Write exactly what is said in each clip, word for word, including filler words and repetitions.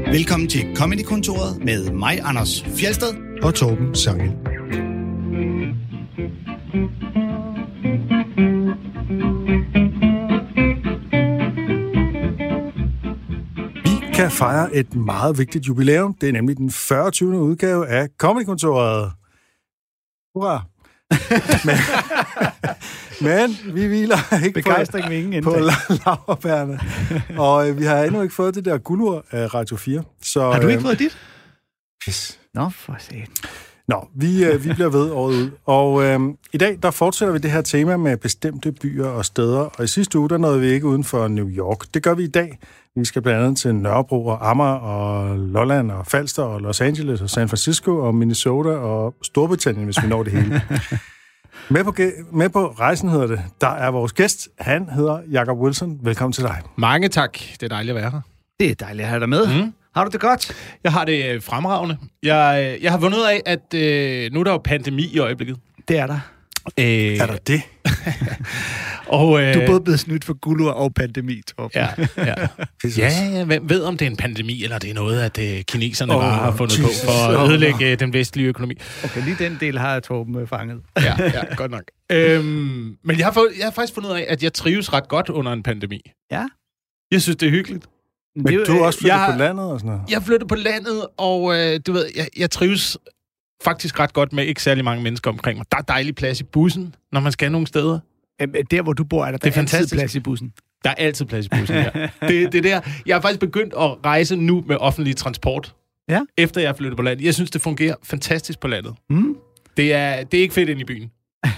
Velkommen til Comedy-kontoret med mig, Anders Fjeldsted og Torben Sangel. Vi kan fejre et meget vigtigt jubilæum. Det er nemlig den fyrretyvende udgave af Comedy-kontoret. Hurra! men, men vi hviler ikke Begejstring med ingen på, på laurbærrene. Og øh, vi har endnu ikke fået det der guldur af Radio fire. Så, har du ikke øh, fået dit? Pis. Nå, for satan. Nå, vi, øh, vi bliver ved året ud. Og øh, i dag, der fortsætter vi det her tema med bestemte byer og steder. Og i sidste uge, der nåede vi ikke uden for New York. Det gør vi i dag. Vi skal blandt andet til Nørrebro og Amager og Lolland og Falster og Los Angeles og San Francisco og Minnesota og Storbritannien, hvis vi når det hele. Med på, med på rejsen hedder det, der er vores gæst. Han hedder Jacob Wilson. Velkommen til dig. Mange tak. Det er dejligt at være her. Det er dejligt at have dig med. Mm. Har du det godt? Jeg har det fremragende. Jeg, jeg har fundet ud af, at øh, nu er der jo pandemi i øjeblikket. Det er der. Øh, er der det? og, øh, du er både blevet snydt for guldur og pandemi, Torben. Ja, ja. ja, hvem ved, om det er en pandemi, eller det er noget, at øh, kineserne oh, bare har fundet Jesus. på for at ødelægge øh, den vestlige økonomi. Okay, lige den del har Torben fanget. ja, ja, godt nok. øhm, men jeg har, fået, jeg har faktisk fundet ud af, at jeg trives ret godt under en pandemi. Ja. Jeg synes, det er hyggeligt. Men det, du har også flyttet jeg, på landet og sådan noget? Jeg flyttede på landet, og øh, du ved, jeg, jeg trives faktisk ret godt med ikke særlig mange mennesker omkring mig. Der er dejlig plads i bussen, når man skal nogle steder. Der, hvor du bor, er der, der det er altid plads i bussen? Der er altid plads i bussen, ja. det, det der. Jeg har faktisk begyndt at rejse nu med offentlig transport, ja. efter jeg er flyttet på landet. Jeg synes, det fungerer fantastisk på landet. Mm. Det, er, det er ikke fedt inde i byen.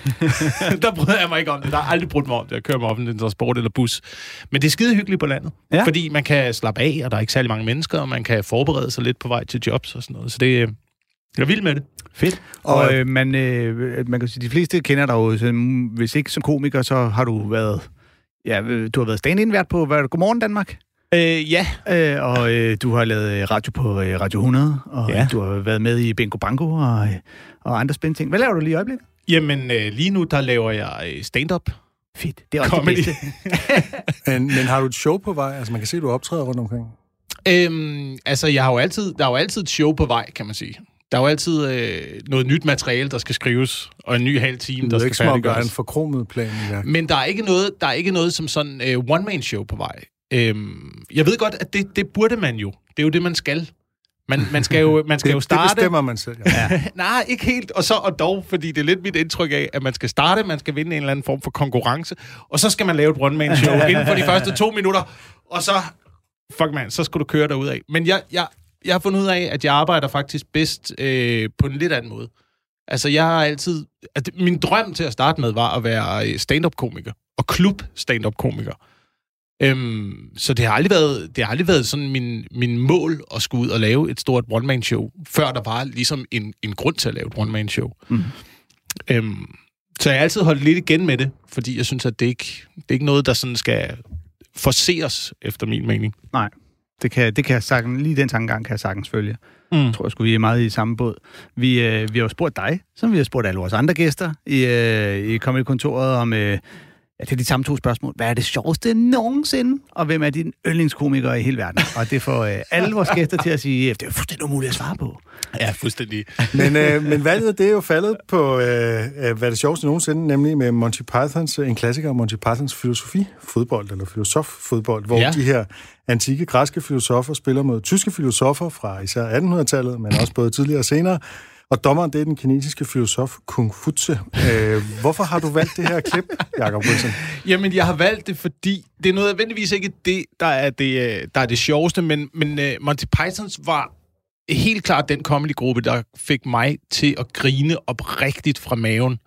Der bryder jeg mig ikke om det. Der er aldrig brudt mig om det at køre med offentlig transport eller bus. Men det er skide hyggeligt på landet. Ja. Fordi man kan slappe af, og der er ikke særlig mange mennesker, og man kan forberede sig lidt på vej til jobs og sådan noget. Så det, jeg er vild med det. Fedt. Og øh, man, øh, man kan sige, de fleste kender dig jo, så, hvis ikke som komiker, så har du været, ja, du har været stand-in-vært på hvad, Godmorgen Danmark. Øh, ja. Øh, og øh, du har lavet radio på øh, Radio hundrede, og ja. du har været med i Bingo Bango og, og andre spændende ting. Hvad laver du lige i øjeblikket? Jamen, øh, lige nu, der laver jeg stand-up. Fedt. Det er også comedy. Det bedste. men, men har du et show på vej? Altså, man kan se, at du optræder rundt omkring. Øhm, altså, jeg har jo altid, der er jo altid et show på vej, kan man sige. Der er jo altid øh, noget nyt materiale, der skal skrives, og en ny halv time, der skal færdiggøres. Det er ikke som om, der er en forkromet plan i værk. Men der er ikke noget, der er ikke noget som sådan øh, one-man-show på vej. Øhm, jeg ved godt, at det, det burde man jo. Det er jo det, man skal. Man, man skal jo, man skal det, jo starte... Det bestemmer man selv, ja. ja. Nej, ikke helt. Og så og dog, fordi det er lidt mit indtryk af, at man skal starte, man skal vinde en eller anden form for konkurrence, og så skal man lave et one-man-show inden for de første to minutter, og så... Fuck man, så skal du køre derudad. Men jeg, jeg, jeg har fundet ud af, at jeg arbejder faktisk bedst øh, på en lidt anden måde. Altså, jeg har altid... At min drøm til at starte med var at være stand-up-komiker, og klub-stand-up-komiker. Øhm, så det har aldrig været, det har aldrig været sådan min, min mål at skulle ud og lave et stort one-man-show, før der var ligesom en, en grund til at lave et one-man-show. Mm. Øhm, så jeg har altid holdt lidt igen med det, fordi jeg synes, at det ikke det er ikke noget, der sådan skal forceres, efter min mening. Nej, det kan, det kan jeg sagtens, lige den tankegang kan jeg sagtens følge. Mm. Jeg tror, jeg skulle vi er meget i samme båd. Vi, øh, vi har jo spurgt dig, som vi har spurgt alle vores andre gæster i, øh, i Comedy-kontoret om... Øh, Ja, det er de samme to spørgsmål. Hvad er det sjoveste nogensinde? Og hvem er din yndlingskomiker i hele verden? Og det får øh, alle vores gæster til at sige, det er fuldstændig umuligt at svare på. Ja, fuldstændig. men, øh, men valget, det er jo faldet på, øh, hvad er det sjoveste nogensinde, nemlig med Monty Pythons, en klassiker, Monty Pythons filosofi, fodbold, eller filosof-fodbold, hvor ja. de her antikke græske filosofer spiller mod tyske filosofer fra især attenhundredetallet, men også både tidligere og senere. Og dommeren, det er den kinesiske filosof Kung Fu-tse. Øh, hvorfor har du valgt det her klip, Jacob Wilson? Jamen, jeg har valgt det, fordi det er nødvendigvis ikke det, der er det, der er det sjoveste, men, men uh, Monty Pythons var helt klart den comedy-gruppe, der fik mig til at grine oprigtigt fra maven.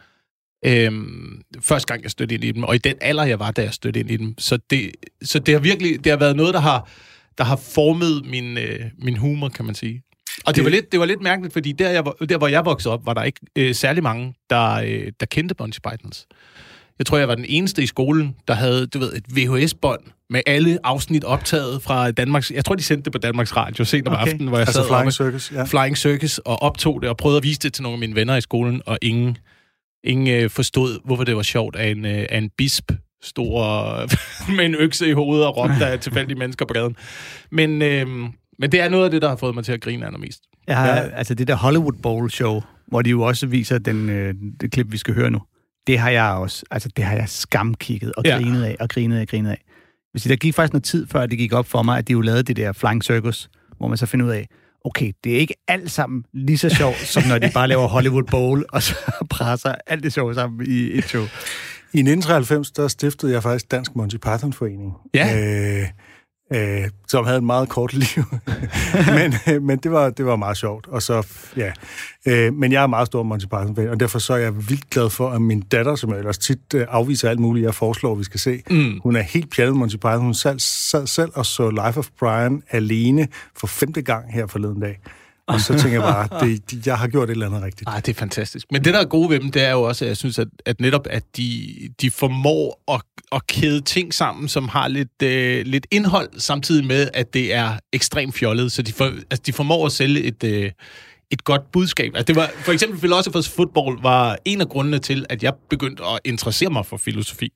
Øhm, første gang, jeg stødte ind i dem, og i den alder, jeg var, da jeg stødte ind i dem. Så det, så det har virkelig det har været noget, der har, der har formet min, øh, min humor, kan man sige. Og det var lidt, det var lidt mærkeligt, fordi der, jeg, der hvor jeg voksede op, var der ikke øh, særlig mange, der, øh, der kendte Monty Pythons. Jeg tror, jeg var den eneste i skolen, der havde, du ved, et V H S-bånd med alle afsnit optaget fra Danmarks... Jeg tror, de sendte det på Danmarks Radio sent om okay. aftenen, hvor jeg altså sad Flying oppe, Circus, ja. Flying Circus, og optog det, og prøvede at vise det til nogle af mine venner i skolen, og ingen, ingen øh, forstod, hvorfor det var sjovt, at en, øh, en bisp stod med en økse i hovedet og råbte af tilfældige mennesker på gaden. Men... Øh, Men det er noget af det, der har fået mig til at grine allermest. Jeg har, ja. Altså det der Hollywood Bowl-show, hvor de jo også viser den, øh, det klip, vi skal høre nu, det har jeg også, altså det har jeg skamkigget og ja. grinet af, og grinet af, og grinet af. Hvis der gik faktisk noget tid, før det gik op for mig, at de jo lavede det der Flying Circus, hvor man så finder ud af, okay, det er ikke alt sammen lige så sjovt, som når de bare laver Hollywood Bowl, og så presser alt det sjov sammen i et show. I nitten treoghalvfems, der stiftede jeg faktisk Dansk Monty Python-forening. Ja. Øh, øh, som havde et meget kort liv. men øh, men det, var, det var meget sjovt. Og så, ja. Øh, men jeg er meget stor Monty Python-fan, og derfor så er jeg vildt glad for, at min datter, som jeg ellers tit øh, afviser alt muligt, jeg foreslår, vi skal se, mm. hun er helt pjattet Monty Python. Hun sad, sad selv og så Life of Brian alene for femte gang her forleden dag. Og så tænker jeg bare, det, de, jeg har gjort et eller andet rigtigt. Ej, det er fantastisk. Men det, der er gode ved dem, det er jo også, at jeg synes, at, at netop, at de, de formår at, at kæde ting sammen, som har lidt, øh, lidt indhold, samtidig med, at det er ekstremt fjollet. Så de, for, altså, de formår at sælge et, øh, et godt budskab. Altså, det var, for eksempel Philosophers Football var en af grundene til, at jeg begyndte at interessere mig for filosofi.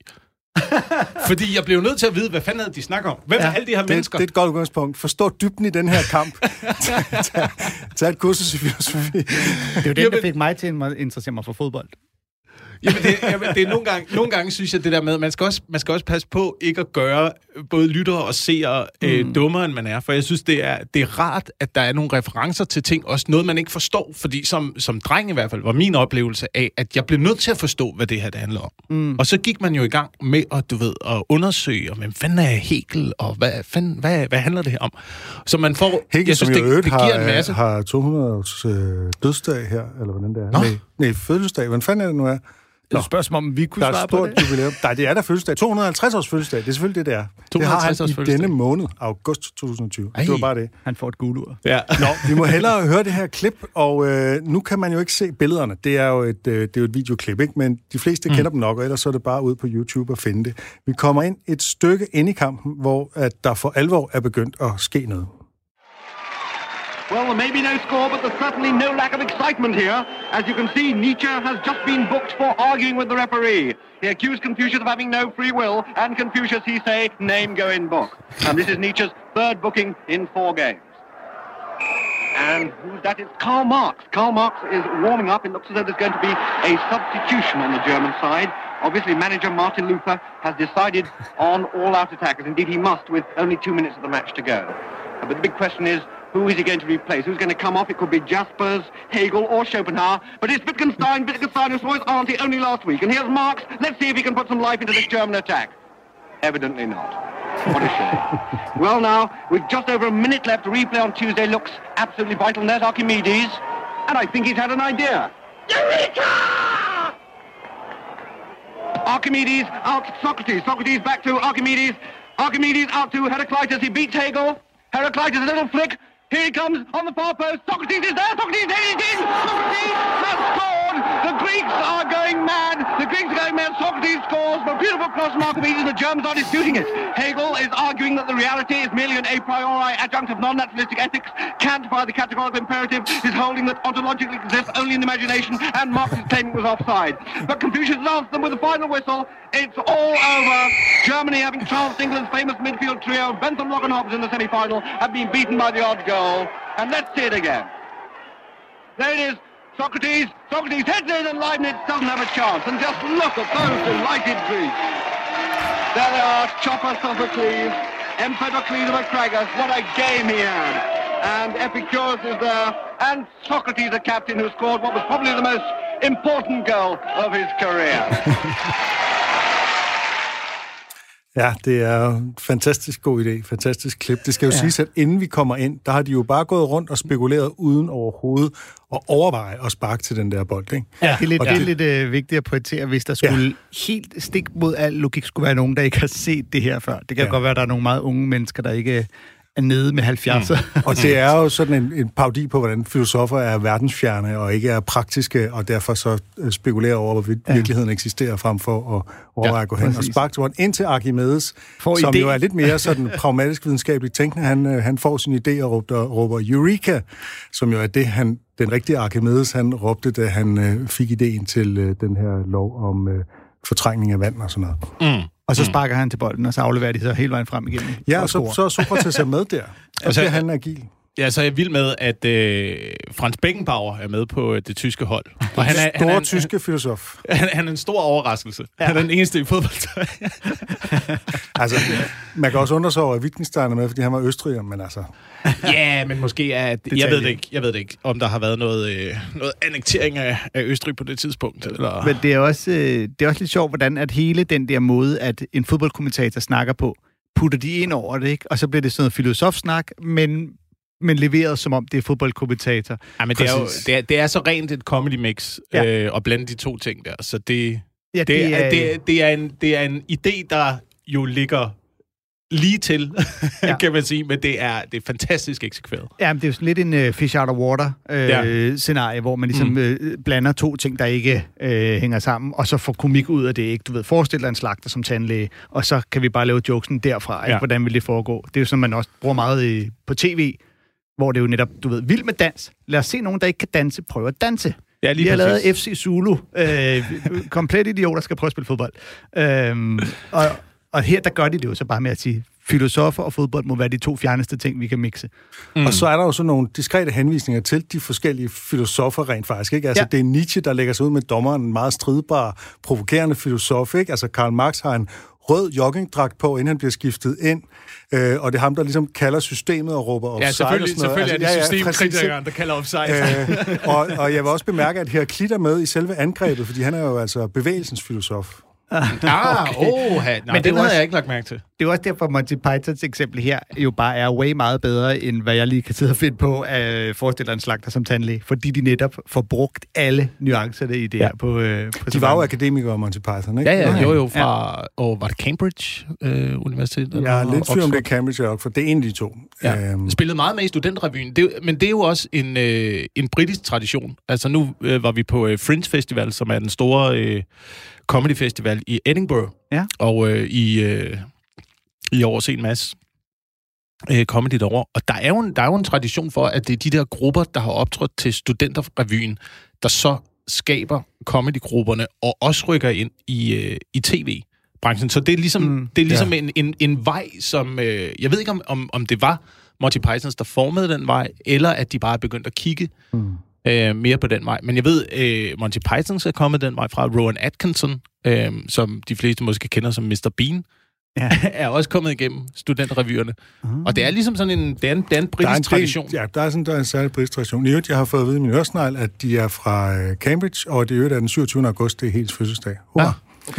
Fordi jeg blev nødt til at vide, hvad fanden havde de snakker om? Hvem ja, er alle de her det, mennesker? Det er et godt udgangspunkt. Forstå dybden i den her kamp. tag, tag, tag et kursus i filosofi. Det er jo det, der fik mig til at interessere mig for fodbold. Jamen, det, jamen, det er nogle gange, nogle gange synes jeg, det der med, man skal også, man skal også passe på ikke at gøre både lyttere og seere øh, mm. dummere, end man er. For jeg synes, det er, det er rart, at der er nogle referencer til ting, også noget, man ikke forstår. Fordi som, som dreng i hvert fald, var min oplevelse af, at jeg blev nødt til at forstå, hvad det her det handler om. Mm. Og så gik man jo i gang med at, du ved, at undersøge, hvem fanden er Hegel, og hvad, fanden, hvad, hvad handler det her om? Så man får... Hegel, jeg synes, som jo det, det har, giver en masse... har to hundrede års øh, dødsdag her, eller hvordan det er. Nå. Nej, nej, fødselsdag. Hvordan fanden er det nu er? Det er et spørgsmål, om vi kunne svare på det. Der er et stort jubilæum. Nej, det er der fødselsdag. to hundrede og halvtreds års fødselsdag. Det er selvfølgelig det, der. Det har han i denne måned, august to tusind og tyve. Ej, det var bare det. Han får et guldur. Ja. Nå, vi må hellere høre det her klip, og øh, nu kan man jo ikke se billederne. Det er jo et, øh, det er jo et videoklip, ikke? Men de fleste mm. kender dem nok, og ellers så er det bare ud på YouTube at finde det. Vi kommer ind et stykke ind i kampen, hvor at der for alvor er begyndt at ske noget. Well, there may be no score, but there's certainly no lack of excitement here. As you can see, Nietzsche has just been booked for arguing with the referee. He accused Confucius of having no free will, and Confucius, he say, name go in book. And this is Nietzsche's third booking in four games. And who's that? It's Karl Marx. Karl Marx is warming up. It looks as though there's going to be a substitution on the German side. Obviously, manager Martin Luther has decided on all-out attack, as indeed he must, with only two minutes of the match to go. But the big question is, who is he going to replace? Who's going to come off? It could be Jaspers, Hegel, or Schopenhauer. But it's Wittgenstein, Wittgenstein who saw his auntie only last week. And here's Marx. Let's see if he can put some life into this German attack. Evidently not. What a shame. Well, now, with just over a minute left, the replay on Tuesday looks absolutely vital. And there's Archimedes. And I think he's had an idea. Eureka! Archimedes out to Socrates. Socrates back to Archimedes. Archimedes out to Heraclitus. He beats Hegel. Heraclitus, a little flick. Here he comes on the far post. Socrates is there. Socrates, there he's in. Socrates has scored. The Greeks are going mad. The Greeks are going mad. Socrates scores. But beautiful cross from Archimedes. The Germans are disputing it. Hegel is arguing that the reality is merely an a priori adjunct of non-naturalistic ethics. Kant, by the categorical imperative, is holding that ontologically exists only in the imagination, and Marx is claiming it was offside. But Confucius answers them with a final whistle. It's all over. Germany, having trounced England's famous midfield trio, Bentham, Lock and Hobbs in the semi-final, have been beaten by the odd goal. And let's see it again. There it is. Socrates. Socrates heads in and Leibniz doesn't have a chance. And just look at those delighted Greeks. There they are. Chopper, Sophocles, Empedocles of Acragas. What a game he had. And Epicurus is there. And Socrates, the captain, who scored what was probably the most important goal of his career. Ja, det er en fantastisk god idé, fantastisk klip. Det skal jo ja. siges, at inden vi kommer ind, der har de jo bare gået rundt og spekuleret uden overhovedet at overveje at sparke til den der bold, ikke? Ja, det er lidt, det, det er lidt øh, vigtigt at pointere, hvis der skulle ja. helt stik mod al logik skulle være nogen, der ikke har set det her før. Det kan ja. godt være, at der er nogle meget unge mennesker, der ikke er nede med halvfjerdser. Mm. Og det er jo sådan en, en parodi på, hvordan filosofer er verdensfjerne og ikke er praktiske, og derfor så spekulerer over, hvorvidt ja. virkeligheden eksisterer, frem for at overveje at gå hen og sparke til ind til Archimedes, for som idé. jo er lidt mere sådan pragmatisk videnskabeligt tænkende. Han, han får sin idé og råber, råber Eureka, som jo er det, han, den rigtige Archimedes, han råbte, da han øh, fik idéen til øh, den her lov om øh, fortrængning af vand og sådan noget. Mm. Og så sparker mm. han til bolden, og så afleverer de så hele vejen frem igennem. Ja, og så, så er Sokrates er med der. Og så er han agil. Ja, så er jeg vild med, at øh, Franz Beckenbauer er med på øh, det tyske hold. Og han er, han er en tyske han, filosof. Han, han er en stor overraskelse. Ja. Han er den eneste i fodbold. Altså, man kan også undre sig over, at Wittgenstein er med, fordi han var østriger, men altså... Ja, men måske er... Det, jeg ved det ikke. Jeg ved det ikke, om der har været noget, øh, noget annektering af, af Østrig på det tidspunkt. Eller... Men det er, også, øh, det er også lidt sjovt, hvordan at hele den der måde, at en fodboldkommentator snakker på, putter de ind over det, ikke? Og så bliver det sådan noget filosofsnak, men... men leveret, som om det er fodboldkommentator. Ja, men det er, jo, det, er, det er så rent et comedy mix ja. øh, at blande de to ting der. Så det, ja, det, det, er, det, det, er en, det er en idé, der jo ligger lige til, ja. kan man sige, men det er, det er fantastisk eksekveret. Ja, men det er jo sådan lidt en uh, fish out of water øh, ja. scenarie, hvor man ligesom mm. øh, blander to ting, der ikke øh, hænger sammen, og så får komik ud af det, ikke? Du ved, forestil dig en slagter som tandlæge, og så kan vi bare lave jokesen derfra, ikke? Ja. Hvordan vil det foregå? Det er jo sådan, man også bruger meget i, på tv, hvor det er jo netop, du ved, vild med dans. Lad os se nogen, der ikke kan danse, prøve at danse. Ja, lige vi har lavet F C Zulu. Øh, komplet idioter skal prøve at spille fodbold. Øh, og, og her, der gør de det jo så bare med at sige, filosofer og fodbold må være de to fjerneste ting, vi kan mixe. Mm. Og så er der jo sådan nogle diskrete henvisninger til de forskellige filosofer rent faktisk, ikke? Altså, ja. Det er Nietzsche, der lægger sig ud med dommeren, en meget stridbar, provokerende filosof, ikke? Altså, Karl Marx har en rød joggingdragt på, inden han bliver skiftet ind, øh, og det er ham, der ligesom kalder systemet og råber offside. Ja, selvfølgelig, og sådan noget. selvfølgelig altså, er det ja, ja, systemkritikeren, der kalder offside. øh, og, og jeg vil også bemærke, at Heraklit er med i selve angrebet, fordi han er jo altså bevægelsens filosof. Ah, okay. oh, ha. Nå, men den havde jeg ikke lagt mærke til. Det er også derfor, Monty Pythons eksempel her jo bare er way meget bedre, end hvad jeg lige kan sidde og finde på at forestille en slagter som tandlæge, fordi de netop får brugt alle nuancerne i det ja. her på, øh, på de var jo akademikere, Monty Python, ikke? Ja, ja, jo jo, fra, ja. og var det Cambridge øh, Universitet? Ja, lidt tvivl om det er Cambridge og Oxford, det er en af de to. Ja. Øhm. Spillede meget med i studenterrevyen, det, men det er jo også en, øh, en britisk tradition. Altså nu øh, var vi på øh, Fringe Festival, som er den store... Øh, Comedy Festival i Edinburgh, ja. og øh, i, øh, i år se en masse øh, comedy derovre. Og der er, jo en, der er jo en tradition for, at det er de der grupper, der har optrådt til studenterrevyen, der så skaber comedygrupperne og også rykker ind i, øh, i tv-branchen. Så det er ligesom, mm, det er ligesom ja. en, en, en vej, som... Øh, jeg ved ikke, om, om, om det var Monty Pythons, der formede den vej, eller at de bare er begyndt at kigge... Mm. Øh, mere på den vej. Men jeg ved, øh, Monty Python er kommet den vej fra. Rowan Atkinson, øh, som de fleste måske kender som mister Bean, ja. er også kommet igennem studenterrevyerne. Uh-huh. Og det er ligesom sådan en, det er en, det er en britisk der er en tradition. Ja, der er sådan der er en særlig britisk tradition. I øvrigt, jeg har fået at vide i min øresnegl, at de er fra øh, Cambridge, og det er den syvogtyvende august, det er helt fødselsdag. Hurra! Ja.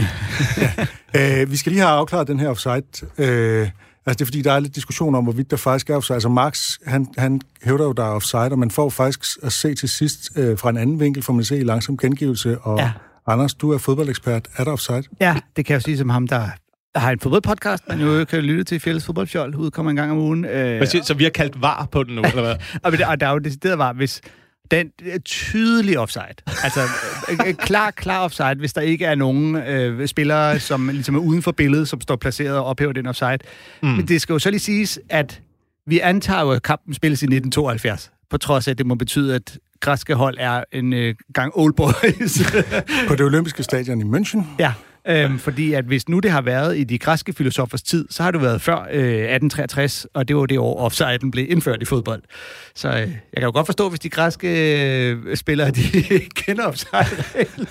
ja. øh, vi skal lige have afklaret den her offside. Øh, Altså, det er fordi, der er lidt diskussion om, hvorvidt der faktisk er offside. Altså, Marx, han, han hævder jo, der er offside, og man får faktisk at se til sidst øh, fra en anden vinkel, får man se i langsom gengivelse. Og ja. Anders, du er fodboldekspert. Er der offside? Ja, det kan jeg jo sige som ham, der har en fodboldpodcast, man jo kan lytte til Fælles Fodboldfjold, udkommer en gang om ugen. Øh, så vi har kaldt var på den nu, eller hvad? og, der, og der er jo decideret var, hvis... Den er tydelig offside. Altså, klar, klar offside, hvis der ikke er nogen øh, spillere, som ligesom er uden for billedet, som står placeret og ophæver den offside. Mm. Men det skal jo så lige siges, at vi antager jo, at kampen spilles i nitten tooghalvfjerds, på trods af, at det må betyde, at græske hold er en øh, gang old boys. På det olympiske stadion i München. Ja. Øhm, fordi at hvis nu det har været i de græske filosofers tid, så har det været før øh, atten treogtres, og det var det år, offsiden blev indført i fodbold. Så øh, jeg kan jo godt forstå, hvis de græske øh, spillere, de kender offside-reglen.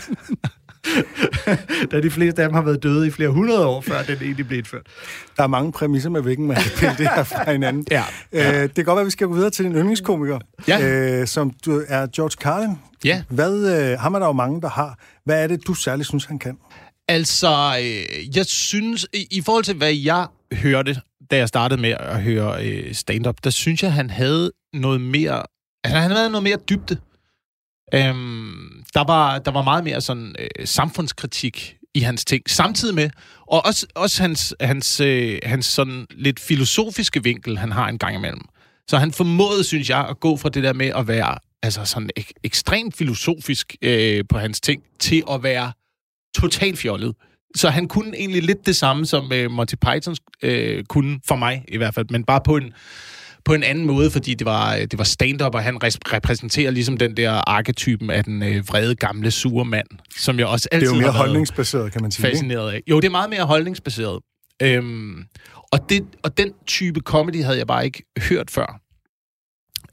Da de fleste af dem har været døde i flere hundrede år, før den egentlig blev indført. Der er mange præmisser med, hvilken man kan pille det her fra hinanden. Ja. Øh, det kan godt være, at vi skal gå videre til din yndlingskomiker, ja. øh, som du er George Carlin. Ja. Hvad, øh, ham er der jo mange, der har. Hvad er det, du særligt synes, han kan? Altså, øh, jeg synes, i, i forhold til, hvad jeg hørte, da jeg startede med at høre øh, stand-up, der synes jeg, han havde noget mere... Altså, han havde noget mere dybde. Øhm, der, var, der var meget mere sådan øh, samfundskritik i hans ting, samtidig med, og også, også hans, hans, øh, hans sådan lidt filosofiske vinkel, han har en gang imellem. Så han formåede, synes jeg, at gå fra det der med at være altså sådan ek, ekstremt filosofisk øh, på hans ting, til at være totalt fjollet. Så han kunne egentlig lidt det samme, som øh, Monty Python øh, kunne, for mig i hvert fald, men bare på en, på en anden måde, fordi det var, det var stand-up, og han repræsenterer ligesom den der arketypen af den øh, vrede, gamle, sure mand, som jeg også altid har været... Det er jo mere holdningsbaseret, kan man sige. Fascineret af. Jo, det er meget mere holdningsbaseret. Øhm, og, det, og den type comedy havde jeg bare ikke hørt før.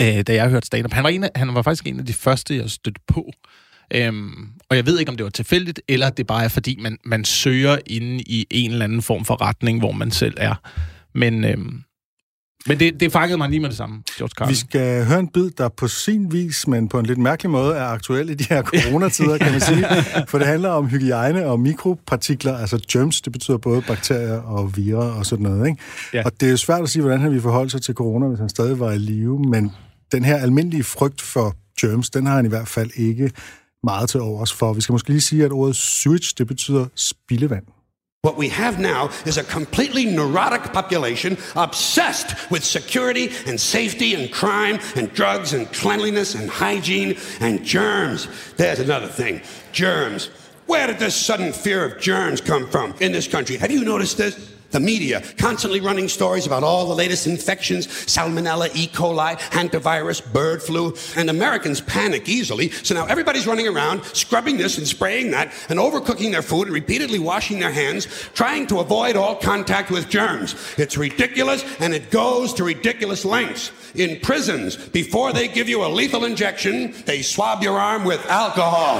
øh, da jeg hørte stand-up. Han var, en af, han var faktisk en af de første, jeg stødte på. Øhm, og jeg ved ikke, om det var tilfældigt, eller det bare er, fordi man, man søger inde i en eller anden form for retning, hvor man selv er. Men, øhm, men det, det fangede mig lige med det samme, George Carlin. Vi skal høre en bid, der på sin vis, men på en lidt mærkelig måde, er aktuel i de her coronatider, kan man sige. For det handler om hygiejne og mikropartikler, altså germs, det betyder både bakterier og virer og sådan noget, ikke? Ja. Og det er jo svært at sige, hvordan han vil forholde sig til corona, hvis han stadig var i live, men den her almindelige frygt for germs, den har han i hvert fald ikke meget til overs for. Vi skal måske lige sige, at ordet sewage, det betyder spildevand. What we have now is a completely neurotic population obsessed with security and safety and crime and drugs and cleanliness and hygiene and germs. There's another thing. Germs. Where did this sudden fear of germs come from in this country? Have you noticed this? The media constantly running stories about all the latest infections, salmonella, E. coli, hantavirus, bird flu, and Americans panic easily, so now everybody's running around scrubbing this and spraying that and overcooking their food and repeatedly washing their hands, trying to avoid all contact with germs. It's ridiculous, and it goes to ridiculous lengths. In prisons, before they give you a lethal injection, they swab your arm with alcohol.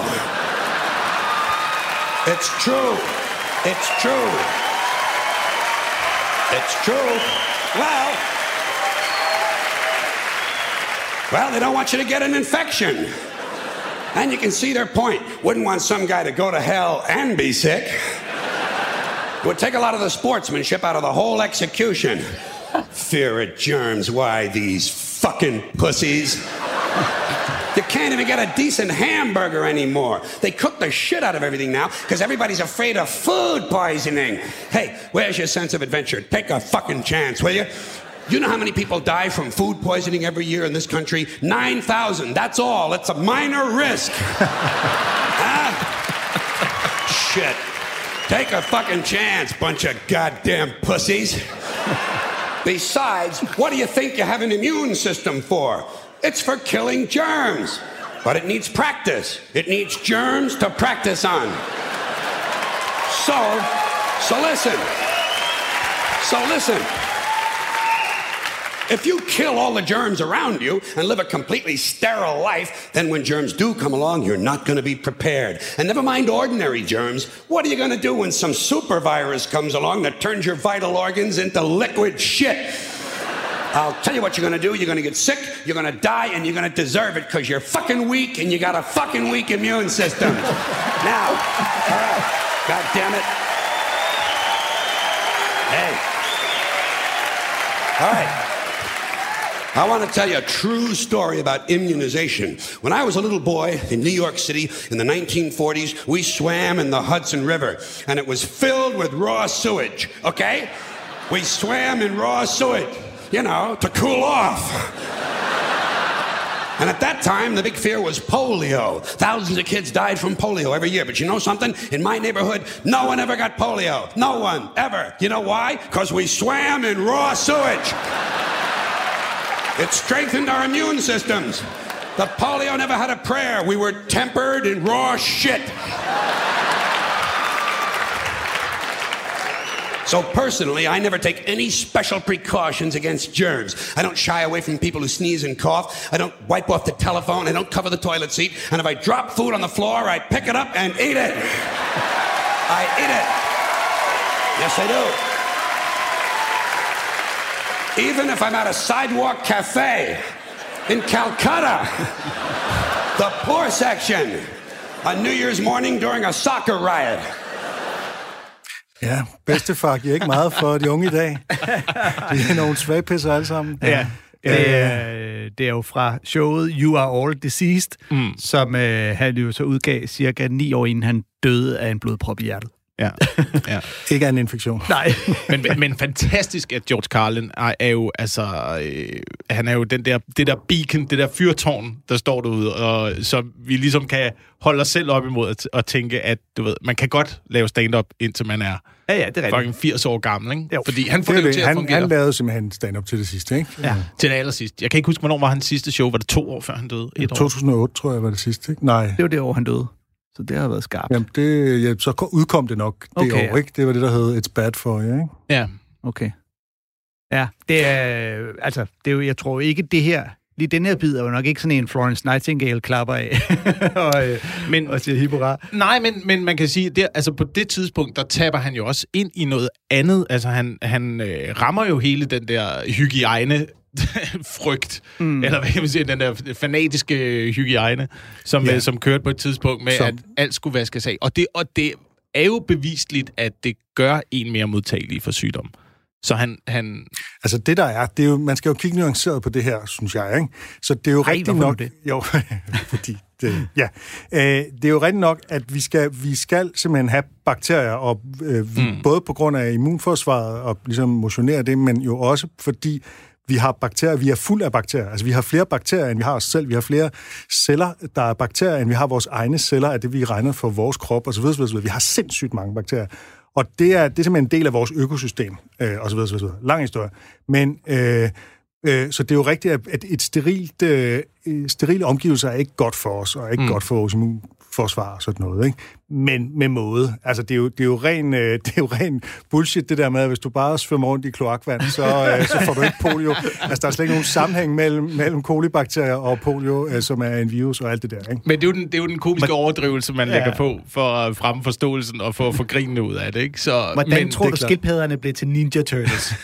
It's true. It's true. It's true. Well, well, they don't want you to get an infection. And you can see their point. Wouldn't want some guy to go to hell and be sick. It would take a lot of the sportsmanship out of the whole execution. Fear of germs. Why, these fucking pussies. You can't even get a decent hamburger anymore. They cook the shit out of everything now because everybody's afraid of food poisoning. Hey, where's your sense of adventure? Take a fucking chance, will you? You know how many people die from food poisoning every year in this country? nine thousand, that's all. It's a minor risk. Huh? Shit. Take a fucking chance, bunch of goddamn pussies. Besides, what do you think you have an immune system for? It's for killing germs. But it needs practice. It needs germs to practice on. So, so listen. So listen. If you kill all the germs around you and live a completely sterile life, then when germs do come along, you're not going to be prepared. And never mind ordinary germs, what are you going to do when some super virus comes along that turns your vital organs into liquid shit? I'll tell you what you're going to do. You're going to get sick, you're going to die, and you're going to deserve it because you're fucking weak and you got a fucking weak immune system. Now, all right, God damn it. Hey. All right. I want to tell you a true story about immunization. When I was a little boy in New York City in the nineteen forties, we swam in the Hudson River, and it was filled with raw sewage, okay? We swam in raw sewage, you know, to cool off. And at that time, the big fear was polio. Thousands of kids died from polio every year. But you know something? In my neighborhood, no one ever got polio. No one, ever. You know why? Because we swam in raw sewage. It strengthened our immune systems. The polio never had a prayer. We were tempered in raw shit. So personally, I never take any special precautions against germs. I don't shy away from people who sneeze and cough. I don't wipe off the telephone. I don't cover the toilet seat. And if I drop food on the floor, I pick it up and eat it. I eat it. Yes, I do. Even if I'm at a sidewalk cafe in Calcutta, the poor section, on New Year's morning during a soccer riot. Ja, bedstefar giver ikke meget for de unge i dag. De er nogle svagpisser alle sammen. Ja. Ja. Det, er, det er jo fra showet You Are All Diseased, mm. som øh, han jo så udgav cirka ni år inden han døde af en blodprop i hjertet. Ja. Ja. Ikke af en infektion. Nej. men, men fantastisk, at George Carlin er, er jo, altså, øh, han er jo den der, det der beacon, det der fyrtårn, der står derude, og så vi ligesom kan holde os selv op imod at, at tænke, at du ved, man kan godt lave stand-up, indtil man er, ja, ja, det er fucking firs år gammel, ikke? Jo. Fordi han får det, det til at han, fungere. Han lavede simpelthen stand-up til det sidste, ikke? Ja. Til det allersidste. Jeg kan ikke huske, hvornår var hans sidste show. Var det to år før han døde? Et to tusind og otte, år. tror jeg, var det sidste, ikke? Nej. Det var det år, han døde. Så det har været skarpt. Jamen, det, ja, så udkom det nok det okay, år, ikke? Det var det, der hed It's Bad For You, ikke? Ja. Okay. Ja, det er, altså, det er jo, jeg tror ikke, det her lige den her bid er jo nok ikke sådan en Florence Nightingale klapper af og, øh, men, og siger hip hurra. Nej, men, men man kan sige, det, altså på det tidspunkt, der taber han jo også ind i noget andet. Altså han, han øh, rammer jo hele den der hygiejne frygt, mm. eller hvad kan man sige, den der fanatiske hygiejne, som, ja. som kørte på et tidspunkt med, som... at alt skulle vaskes af. Og det, og det er jo bevisligt, at det gør en mere modtagelig for sygdom. Så han, han... Altså det der er, det er jo, man skal jo kigge nuanceret på det her, synes jeg, ikke? Så det er jo Ej, rigtigt nok... Det? Jo, fordi... Det, ja. Øh, det er jo rigtigt nok, at vi skal, vi skal simpelthen have bakterier, og, øh, vi, mm. både på grund af immunforsvaret og ligesom motionere det, men jo også fordi vi har bakterier, vi er fuld af bakterier. Altså vi har flere bakterier, end vi har os selv. Vi har flere celler, der er bakterier, end vi har vores egne celler, af det vi regner for vores krop, og så videre, så videre. Vi har sindssygt mange bakterier. Og det er, det er simpelthen en del af vores økosystem, øh, og så videre, så videre. Lang historie. Men, øh, øh, så det er jo rigtigt, at et sterilt, øh, sterile omgivelser er ikke godt for os, og ikke mm. godt for vores immunforsvar og sådan noget, ikke? Men med måde. Altså, det er jo, det er jo, ren, øh, det er jo ren bullshit, det der med, at hvis du bare svømmer rundt i kloakvand, så, øh, så får du ikke polio. Altså, der er slet ikke nogen sammenhæng mellem, mellem kolibakterier og polio, øh, som er en virus og alt det der, ikke? Men det er jo den, det er jo den komiske men, overdrivelse, man ja. lægger på for at fremme forståelsen og for at få grinene ud af det, ikke? Så, hvordan men, tror du, skildpadderne blev til Ninja Turtles?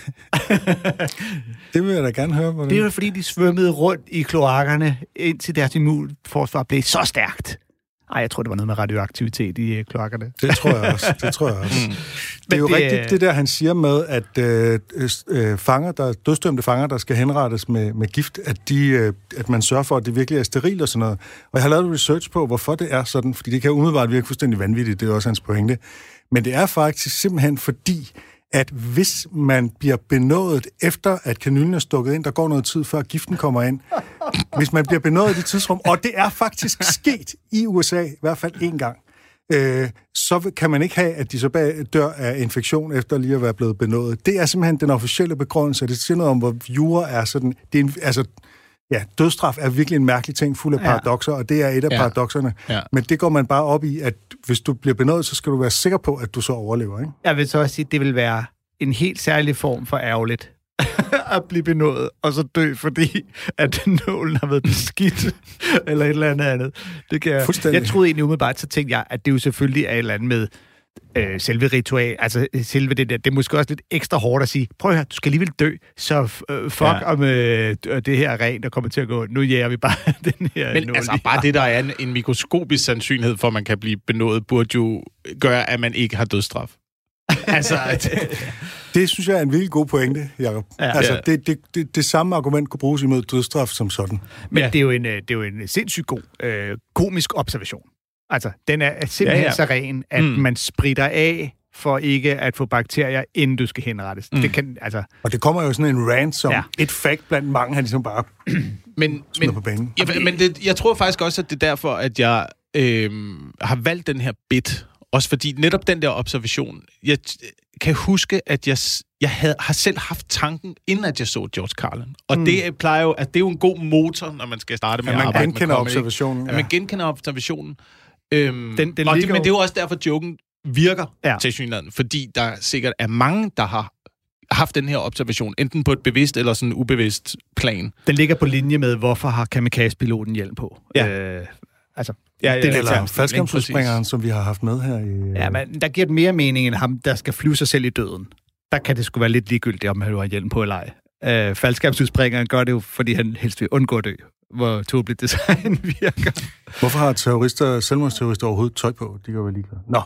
Det vil jeg da gerne høre. Hvordan. Det er jo fordi, de svømmede rundt i kloakkerne, indtil deres immunforsvar blev så stærkt. Ej, jeg tror, det var noget med radioaktivitet i øh, kloakkerne. Det tror jeg også. Det tror jeg også. Mm. Det er jo det, rigtigt, det der, han siger med, at øh, øh, fanger, der, dødsdømte fanger, der skal henrettes med, med gift, at, de, øh, at man sørger for, at det virkelig er sterilt og sådan noget. Og jeg har lavet research på, hvorfor det er sådan, fordi det kan umiddelbart virke fuldstændig vanvittigt, det er også hans pointe. Men det er faktisk simpelthen fordi, at hvis man bliver benådet efter, at kanylen er stukket ind, der går noget tid, før giften kommer ind. Hvis man bliver benådet i det tidsrum, og det er faktisk sket i U S A, i hvert fald én gang, øh, så kan man ikke have, at de så bag dør af infektion, efter lige at være blevet benådet. Det er simpelthen den officielle begrundelse, det siger noget om, hvor jura er sådan... Det er en, altså, ja, dødsstraf er virkelig en mærkelig ting, fuld af paradokser, og det er et af ja. paradokserne. Ja. Men det går man bare op i, at hvis du bliver benådet, så skal du være sikker på, at du så overlever, ikke? Jeg vil så også sige, at det vil være en helt særlig form for ærgerligt at blive benådet, og så dø, fordi at nålen har været beskidt, eller et eller andet andet. Det kan jeg... jeg troede egentlig umiddelbart, så tænkte jeg, at det jo selvfølgelig er et eller andet med øh, selve ritual, altså selve det der, det er måske også lidt ekstra hårdt at sige, prøv at høre, du skal alligevel dø, så øh, fuck ja. om øh, det her rent, der kommer til at gå, nu jæger vi bare den her. Men altså bare det, der er en, en mikroskopisk sandsynlighed for, at man kan blive benådet, burde jo gøre, at man ikke har dødsstraf. altså, det, det synes jeg er en virkelig god pointe, Jacob. Ja. Altså, ja. det, det, det, det samme argument kunne bruges imod dødsstraf som sådan. Men ja. det, er jo en, det er jo en sindssygt god øh, komisk observation. Altså, den er simpelthen ja, ja. så ren, at mm. man spritter af for ikke at få bakterier, inden du skal henrettes. Mm. Det kan, altså... Og det kommer jo sådan en rant, som ja. et fact blandt mange, han ligesom bare men, men, på banen. Ja, men det, jeg tror faktisk også, at det er derfor, at jeg øh, har valgt den her bit. Også fordi netop den der observation, jeg kan huske, at jeg, jeg havde, har selv haft tanken, inden at jeg så George Carlin. Og mm. det plejer jo, at det er jo en god motor, når man skal starte med ja, at arbejde med genkender observationen. Ja. At man genkender observationen. Øhm, den, den og det, men det er jo også derfor, at joken virker ja. til synligheden. Fordi der sikkert er mange, der har haft den her observation, enten på et bevidst eller sådan ubevidst plan. Den ligger på linje med, hvorfor har kamikaze-piloten hjelm på. Ja. Øh, altså... Ja, ja, det er eller faldskærmsudspringeren, som vi har haft med her i... Ja, men der giver det mere mening end ham, der skal flyve sig selv i døden. Der kan det sgu være lidt ligegyldigt, om han har hjelm på eller ej. Øh, faldskærmsudspringeren gør det jo, fordi han helst vil undgå at dø, hvor tåbeligt design virker. Hvorfor har terrorister, selvmordsterrorister overhovedet tøj på? De kan være ligeglade. Nå.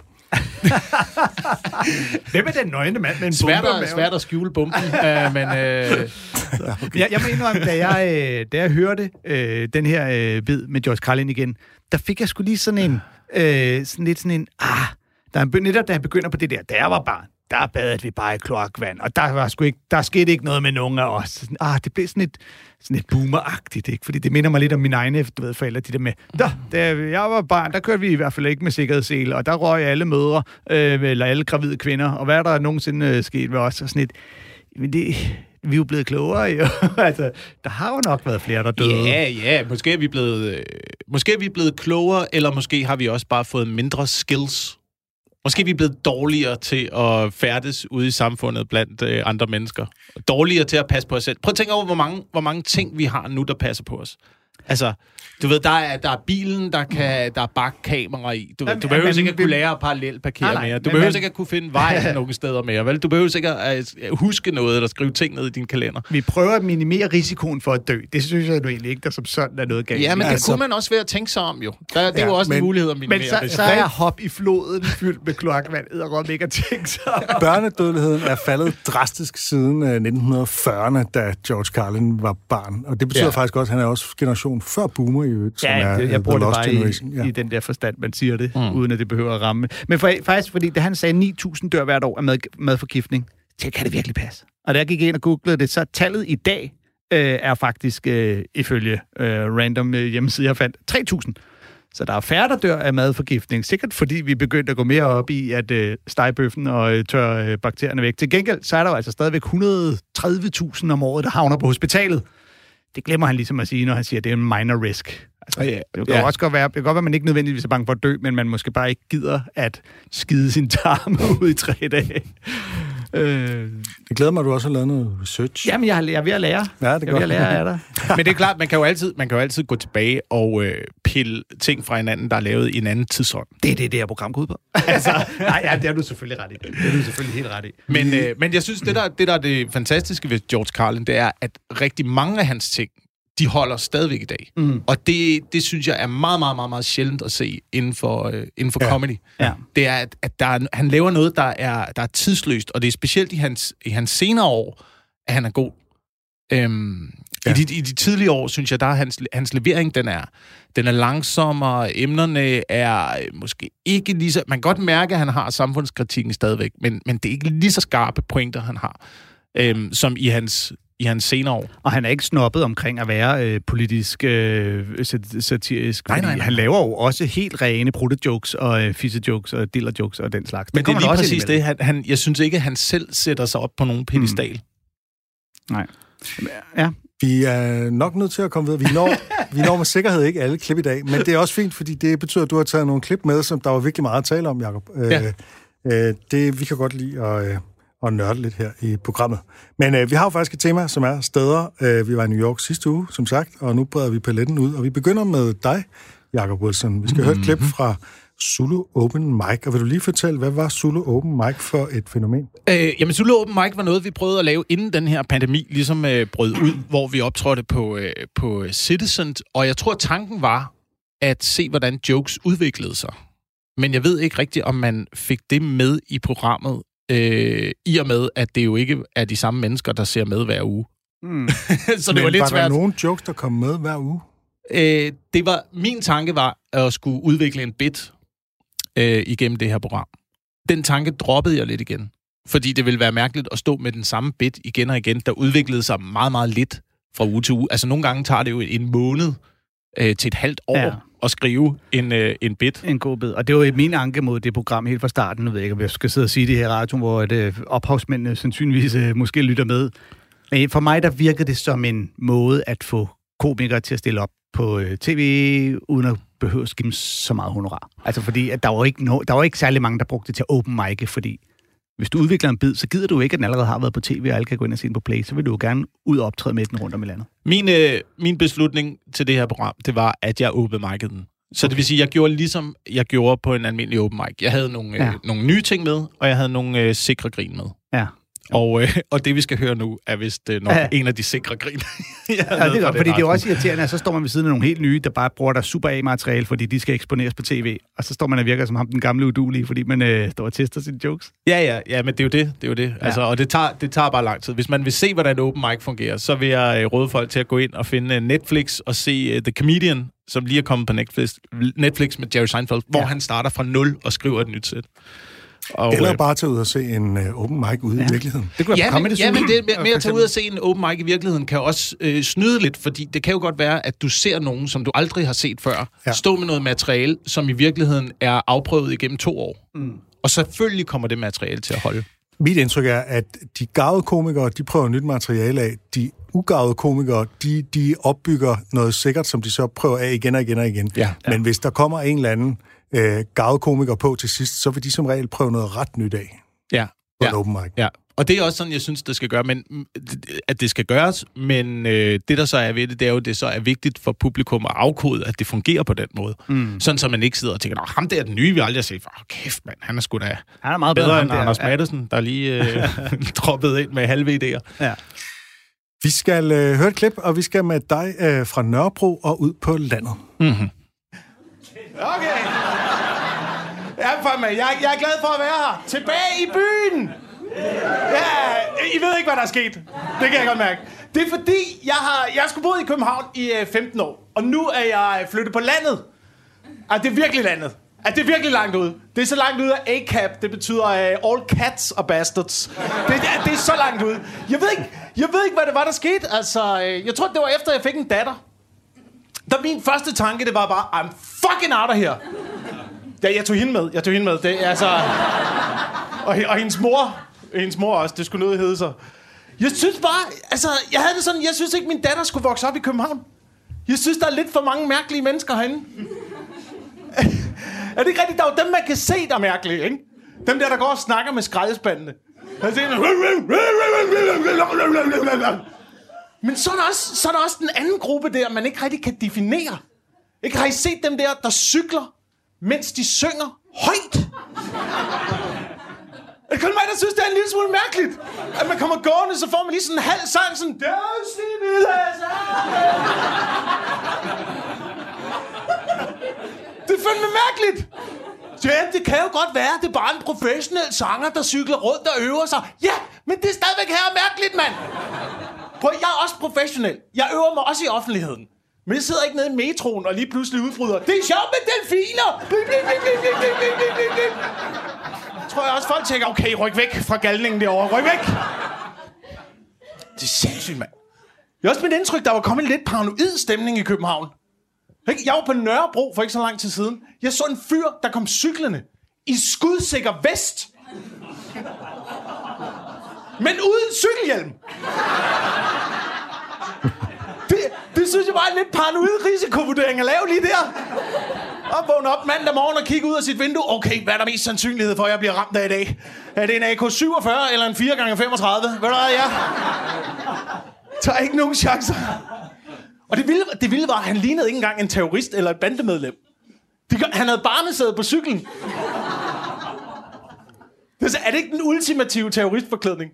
Hvem er den nøgne mand med en svært bombe? At, svært at skjule bomben, uh, men... Uh... okay. jeg, jeg mener, at da jeg, da jeg hørte uh, den her uh, bid med George Carlin igen, der fik jeg sgu lige sådan en, øh, sådan lidt sådan en, ah, der er netop, da jeg begynder på det der, da jeg var barn, der badede vi bare i kloakvand, og der var sgu ikke, der skete ikke noget med nogen af os. Sådan, ah, det blev sådan et, sådan et boomeragtigt, ikke? Fordi det minder mig lidt om mine egne, du ved, forældre, de der med, der, da jeg var barn, der kørte vi i hvert fald ikke med sikkerhedssele, og der røg alle mødre, øh, eller alle gravide kvinder, og hvad er der nogensinde øh, sket med os, og sådan et, men det... Vi er jo blevet klogere, jo. altså, der har jo nok været flere, der døde. Ja, ja. Måske er vi blevet, øh, måske er vi blevet klogere, eller måske har vi også bare fået mindre skills. Måske vi er blevet dårligere til at færdes ude i samfundet blandt øh, andre mennesker. Dårligere til at passe på os selv. Prøv at tænke over, hvor mange, hvor mange ting vi har nu, der passer på os. Altså, du ved, der er, der er bilen, der, kan, der er bakkamera i. Du, ved, du behøver ikke at kunne lære at parallelparkere mere. Du behøver ikke at kunne finde vej nogle steder mere. Vel? Du behøver ikke at huske noget, eller skrive ting ned i din kalender. Vi prøver at minimere risikoen for at dø. Det synes jeg nu egentlig ikke, der som sådan er noget galt. Ja, men det altså, kunne man også ved at tænke sig om, jo. Der, det er ja, jo også men, en mulighed at minimere. Men så, så er hop i floden fyldt med kloakvand, og ikke at tænke sig om. Børnedødeligheden er faldet drastisk siden nitten fyrrerne, da George Carlin var barn. Og det betyder ja. faktisk også, at han er også generation før boomer i øvrigt, som ja, er det, jeg bruger det bare i, ja. i den der forstand, man siger det, mm. uden at det behøver at ramme. Men for, faktisk, fordi da han sagde ni tusind dør hvert år af mad, madforgiftning, så kan det virkelig passe. Og da jeg gik ind og googlede det, så tallet i dag øh, er faktisk, øh, ifølge øh, random øh, hjemmeside, jeg fandt, tre tusind. Så der er færre, der dør af madforgiftning. Sikkert fordi vi begyndte at gå mere op i at øh, stege bøffen og øh, tørre øh, bakterierne væk. Til gengæld, så er der jo altså stadigvæk et hundrede og tredive tusind om året, der havner på hospitalet. Det glemmer han ligesom at sige, når han siger, at det er en minor risk. Altså, ja, det kan ja. også godt være, det kan godt være, at man ikke nødvendigvis er bange for at dø, men man måske bare ikke gider at skide sin tarme ud i tre dage. øh. Det glæder mig, at du også har lavet noget research. Jamen, jeg er ved at lære. Ja, det er jeg er ved at lære af dig. Men det er klart, man kan jo altid, man kan jo altid gå tilbage og øh, pille ting fra hinanden, der er lavet i en anden tidsånd. Det er det, det her program går ud på. altså, nej, ja, det er du selvfølgelig ret i. Det er du selvfølgelig helt ret i. Men, øh, men jeg synes, det der, det der er det fantastiske ved George Carlin, det er, at rigtig mange af hans ting, de holder stadigvæk i dag. Mm. Og det, det synes jeg er meget, meget, meget, meget sjældent at se inden for, øh, inden for ja. comedy. Ja. Det er, at, at der er, han laver noget, der er, der er tidsløst, og det er specielt i hans, i hans senere år, at han er god. Øhm, ja. i, de, I de tidlige år, synes jeg, der er hans, hans levering, den er, den er langsommere, emnerne er måske ikke lige så... Man kan godt mærke, at han har samfundskritikken stadigvæk, men, men det er ikke lige så skarpe pointer, han har, øhm, som i hans... i hans senere år. Og han er ikke snobbet omkring at være øh, politisk øh, satirisk. Nej, nej, nej. Han laver jo også helt rene brutte-jokes og øh, fisse-jokes og diller-jokes og den slags. Men det, det er lige præcis det. Han, han, jeg synes ikke, at han selv sætter sig op på nogen pedestal. Mm. Nej. Ja. Vi er nok nødt til at komme videre. Vi når, vi når med sikkerhed ikke alle klip i dag, men det er også fint, fordi det betyder, at du har taget nogle klip med, som der var virkelig meget at tale om, Jacob. Ja. Øh, øh, det, vi kan godt lide at... Øh, og nørde lidt her i programmet. Men øh, vi har jo faktisk et tema, som er steder. Øh, vi var i New York sidste uge, som sagt, og nu breder vi paletten ud. Og vi begynder med dig, Jacob Wilson. Vi skal mm-hmm. høre et klip fra Zulu Open Mic. Og vil du lige fortælle, hvad var Zulu Open Mic for et fænomen? Øh, jamen, Zulu Open Mic var noget, vi prøvede at lave, inden den her pandemi ligesom øh, brød ud, hvor vi optrådte på, øh, på Citizen. Og jeg tror, tanken var at se, hvordan jokes udviklede sig. Men jeg ved ikke rigtigt, om man fik det med i programmet, Øh, i og med, at det jo ikke er de samme mennesker, der ser med hver uge. Mm. Så det Men var lidt var svært. der nogle jokes, der kom med hver uge? Øh, det var, min tanke var at skulle udvikle en bit øh, igennem det her program. Den tanke droppede jeg lidt igen. Fordi det ville være mærkeligt at stå med den samme bit igen og igen, der udviklede sig meget, meget lidt fra uge til uge. Altså nogle gange tager det jo en måned øh, til et halvt år. Ja. At skrive en, øh, en bit. En god bid. Og det var min anke mod det program helt fra starten. Jeg ved ikke, om jeg skal sidde og sige det her i radioen, hvor det, ophavsmændene sandsynligvis øh, måske lytter med. Men for mig, der virkede det som en måde at få komikere til at stille op på øh, tv, uden at behøve at give dem så meget honorar. Altså fordi, at der var ikke, no, der var ikke særlig mange, der brugte det til open mic, fordi hvis du udvikler en bid, så gider du ikke, at den allerede har været på tv, og alle kan gå ind og se den på Play, så vil du jo gerne ud og optræde med den rundt om i landet. Min, øh, min beslutning til det her program, det var, at jeg open mic'ede den. Så okay. Det vil sige, at jeg gjorde ligesom jeg gjorde på en almindelig open mic. Jeg havde nogle, ja. øh, nogle nye ting med, og jeg havde nogle øh, sikre grin med. Ja. Og, øh, og det, vi skal høre nu, er vist øh, nok ja. en af de sikre grin. ja, det er godt, fordi det er jo også irriterende, at så står man ved siden af nogle helt nye, der bare bruger der super A-materiale, fordi de skal eksponeres på tv, og så står man og virker som ham den gamle udulige, fordi man øh, står og tester sine jokes. Ja, ja, ja, men det er jo det. det, er jo det. Ja. Altså, og det tager, det tager bare lang tid. Hvis man vil se, hvordan open mic fungerer, så vil jeg øh, råde folk til at gå ind og finde Netflix og se uh, The Comedian, som lige er kommet på Netflix, Netflix med Jerry Seinfeld, ja. Hvor han starter fra nul og skriver et nyt sæt. Og, Eller bare tage ud og se en uh, open mic ude ja. i virkeligheden. Det kunne ja, men, ja, men det med, med at tage ud og se en open mic i virkeligheden kan også øh, snyde lidt, fordi det kan jo godt være, at du ser nogen, som du aldrig har set før, ja. stå med noget materiale, som i virkeligheden er afprøvet igennem to år. Mm. Og selvfølgelig kommer det materiale til at holde. Mit indtryk er, at de garvede komikere, de prøver nyt materiale af. De ugarvede komikere, de, de opbygger noget sikkert, som de så prøver af igen og igen og igen. Ja. Men hvis der kommer en eller anden øh, garvede komikere på til sidst, så vil de som regel prøve noget ret nyt af. Ja. På ja. en open mic. Ja. Og det er også sådan, jeg synes, det skal gøre, men, at det skal gøres, men øh, det, der så er ved det, det er jo, det så er vigtigt for publikum at afkode, at det fungerer på den måde. Mm. Sådan, så man ikke sidder og tænker, nå, ham der er den nye, vi aldrig har set. Åh, kæft, mand, han er sgu da han er meget bedre, bedre end end Anders ja. Matthesen, der lige øh, droppede ind med halve idéer. Ja. Vi skal øh, høre et klip, og vi skal med dig øh, fra Nørrebro og ud på landet. Mm-hmm. Okay. Ja, for mig. Jeg, jeg er glad for at være her. Tilbage i byen. Ja, I ved ikke, hvad der er sket. Det kan jeg godt mærke. Det er fordi, jeg har jeg skulle boet i København i øh, femten år. Og nu er jeg flyttet på landet. Altså, det er virkelig landet. Altså, det er virkelig langt ude. Det er så langt ude af A C A P. Det betyder uh, all cats og bastards. Det, det, det er så langt ude. Jeg ved ikke, jeg ved ikke hvad det var, der skete. Altså, øh, jeg tror, det var efter, jeg fik en datter. Der min første tanke, det var bare, I'm fucking out of here. Ja, jeg tog hende med. Jeg tog hende med. Det er altså... Og, og hendes mor... Hendes mor også. Det skulle noget hedde sig. Jeg synes bare... Altså, jeg havde det sådan... Jeg synes ikke, min datter skulle vokse op i København. Jeg synes, der er lidt for mange mærkelige mennesker herinde. Er det ikke rigtigt? Der er jo dem, man kan se, der er mærkelige, ikke? Dem der, der går og snakker med skraldespandene. Men så er, der også, så er der også den anden gruppe der, man ikke rigtig kan definere. Ikke har I set dem der, der cykler, mens de synger højt? Det er kun mig, der synes, det er en lille smule mærkeligt. At man kommer gående, så får man lige sådan en halv sang, sådan... Det er fandme mærkeligt. Ja, det kan jo godt være, det er bare en professionel sanger, der cykler rundt og øver sig. Ja, men det er stadigvæk her mærkeligt, mand. Prøv, jeg er også professionel. Jeg øver mig også i offentligheden. Men jeg sidder ikke nede i metroen og lige pludselig udbryder. Det er sjovt med delfiner. Tror jeg også, folk tænker, okay, ryk væk fra galningen derovre. Ryk væk. Det er sindssygt, mand. Det er også mit indtryk, der var kommet en lidt paranoid stemning i København. Jeg var på Nørrebro for ikke så lang tid siden. Jeg så en fyr, der kom cyklende i skudsikker vest. Men uden cykelhjelm. Det, det synes jeg var en lidt paranoid risikovurdering at lave lige der. Og vågne op mandag morgen og kigge ud af sit vindue. Okay, hvad er der mest sandsynlighed for, at jeg bliver ramt af i dag? Er det en A K syvogfyrre eller en fire gange femogtredive? Ved du hvad, ja. Der er ikke nogen chancer. Og det vilde, det vilde var, at han lignede ikke engang en terrorist eller et bandemedlem. Det, han havde barnesæde på cyklen. Det, er det ikke den ultimative terroristforklædning?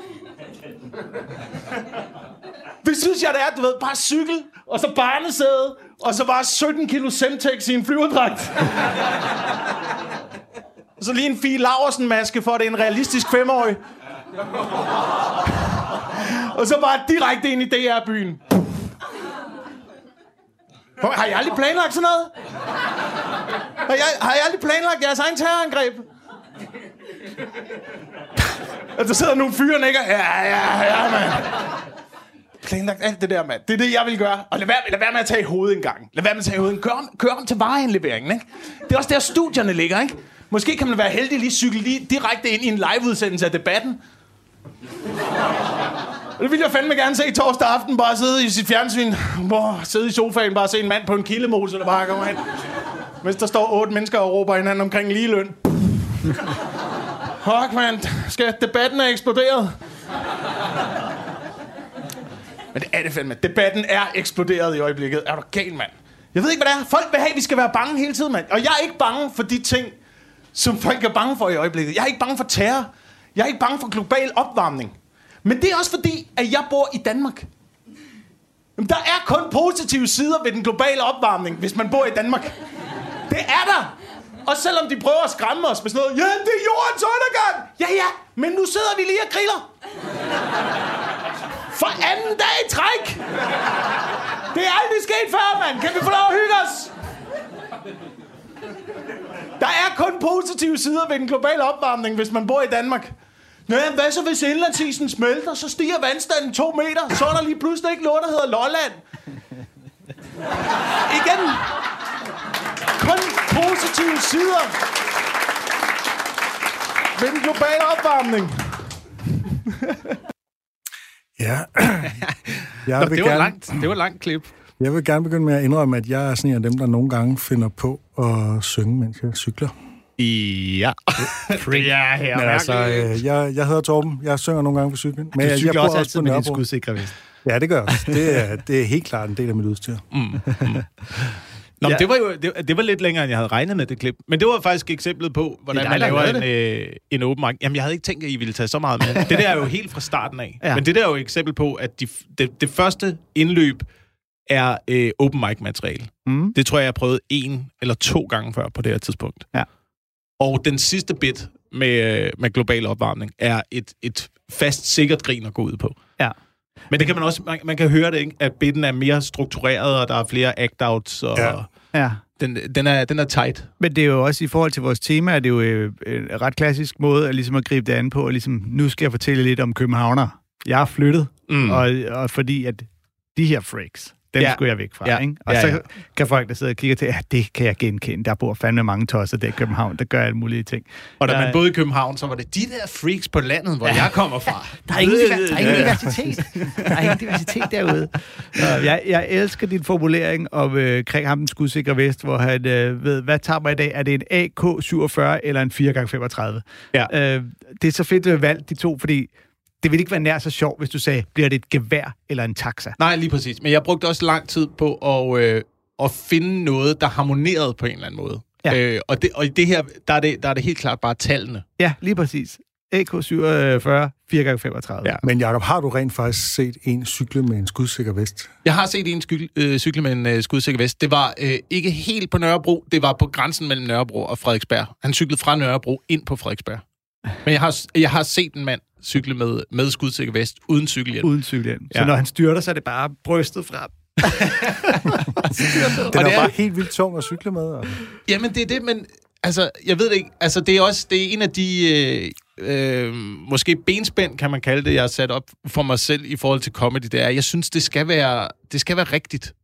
Det synes jeg, det er, du ved, bare cykel, og så barnesæde, og så bare sytten kilo Semtex i en flyverdragt. Og så lige en Fie Laursen-maske, for at det er en realistisk femårig. Og så bare direkte ind i D R-byen. Har I aldrig planlagt sådan noget? Har I, har I aldrig planlagt jeres egen terrorangreb? Og der sidder nogle fyre og nikker. Ja, ja, ja, mand. Planlagt alt det der, mand. Det er det, jeg vil gøre. Og lad være, lad være med at tage i hovedet en gang. Lad være med at tage i hovedet. Kør om, kør om til vareindleveringen, ikke? Det er også der, studierne ligger, ikke? Måske kan man være heldig lige cykle lige direkte ind i en liveudsendelse af Debatten. Det ville jeg fandme gerne se torsdag aften. Bare sidde i sit fjernsyn. Bare sidde i sofaen. Bare se en mand på en kildemose, der bare kommer ind. Mens der står otte mennesker og råber hinanden omkring ligeløn. Fuck, mand. Skal Debatten er eksploderet? Men det er det fandme. Debatten er eksploderet i øjeblikket. Er du gal, mand? Jeg ved ikke, hvad det er. Folk vil have, at vi skal være bange hele tiden, mand. Og jeg er ikke bange for de ting, som folk er bange for i øjeblikket. Jeg er ikke bange for terror. Jeg er ikke bange for global opvarmning. Men det er også fordi, at jeg bor i Danmark. Jamen, der er kun positive sider ved den globale opvarmning, hvis man bor i Danmark. Det er der. Og selvom de prøver at skræmme os med sådan noget, ja, det er jordens undergang. Ja, ja, men nu sidder vi lige og griller. For anden dag i træk. Det er aldrig sket før, mand. Kan vi få lov at hygge os? Der er kun positive sider ved den globale opvarmning, hvis man bor i Danmark. Nå, hvad så hvis indlandsisen smelter, så stiger vandstanden to meter, så er der lige pludselig ikke noget, der hedder Lolland. Igen. Kun positive sider ved den globale opvarmning. Ja. Jeg Nå, det, var gerne... langt, det var et langt klip. Jeg vil gerne begynde med at indrømme, at jeg er sådan en af dem, der nogle gange finder på at synge, mens jeg cykler. Ja. Ja, her. Men altså, øh, jeg, jeg hedder Torben. Jeg synger nogle gange på cyklen. Men Du jeg, cykler jeg også altid på med din Nørrebro. skudsikre vest. Ja, det gør jeg også. Det er, det er helt klart en del af mit udstyr. Mm, mm. Nå, ja. det, var jo, det, det var lidt længere, end jeg havde regnet med det klip. Men det var faktisk eksemplet på, hvordan man laver en, øh, en open mic. Jamen, jeg havde ikke tænkt, at I ville tage så meget med. Det der er jo helt fra starten af. Ja. Men det der er jo et eksempel på, at de, det, det første indløb er øh, open mic-materiale. Mm. Det tror jeg, jeg har prøvet en eller to gange før på det her tidspunkt. Ja. Og den sidste bit med, med global opvarmning er et, et fast, sikkert grin at gå ud på. Ja. Men det kan man også, man, man kan høre det, ikke? At bitten er mere struktureret, og der er flere act-outs, og ja. Ja. Den, den, er, den er tight. Men det er jo også i forhold til vores tema, er det jo en ret klassisk måde at, ligesom at gribe det an på, og ligesom, nu skal jeg fortælle lidt om københavner. Jeg har flyttet, mm. og, og fordi at de her freaks, dem ja. skulle jeg væk fra, ja. Ikke? Og ja, ja. så kan folk, der sidder og kigger til, ja, det kan jeg genkende. Der bor fandme mange tosser, det er København, der gør alle mulige ting. Og da der, man boede i København, så var det de der freaks på landet, hvor ja. jeg kommer fra. Der er ingen, der er ingen diversitet. Der er ingen diversitet derude. Jeg, jeg elsker din formulering om øh, kring ham den skudsikre vest, hvor han øh, ved, hvad tager mig i dag? Er det en A K syvogfyrre eller en fire gange femogtredive? Ja. Øh, det er så fedt at valgt de to, fordi det ville ikke være nær så sjovt, hvis du sagde, bliver det et gevær eller en taxa? Nej, lige præcis. Men jeg brugte også lang tid på at, øh, at finde noget, der harmonerede på en eller anden måde. Ja. Øh, og, det, og i det her, der er det, der er det helt klart bare tallene. Ja, lige præcis. A K syvogfyrre, fire gange femogtredive. Ja. Men Jacob, har du rent faktisk set en cykle med en skudsikker vest? Jeg har set en sky- øh, cykle med en øh, skudsikker vest. Det var øh, ikke helt på Nørrebro. Det var på grænsen mellem Nørrebro og Frederiksberg. Han cyklede fra Nørrebro ind på Frederiksberg. Men jeg har, jeg har set en mand cykle med, med skudsikker vest, uden cykelhjelm. Uden cykelhjelm. Ja. Så når han styrter, så er det bare brystet frem. Den er, er bare helt vildt tung at cykle med. Altså. Jamen, det er det, men altså, jeg ved det ikke. Altså, det er også det er en af de, øh, øh, måske benspænd, kan man kalde det, jeg har sat op for mig selv i forhold til comedy. Det er, jeg synes, det skal være, det skal være rigtigt.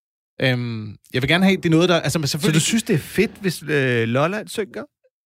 Øhm, jeg vil gerne have, det er noget, der... Altså, selvfølgelig... Så du synes, det er fedt, hvis øh, Lolland synker?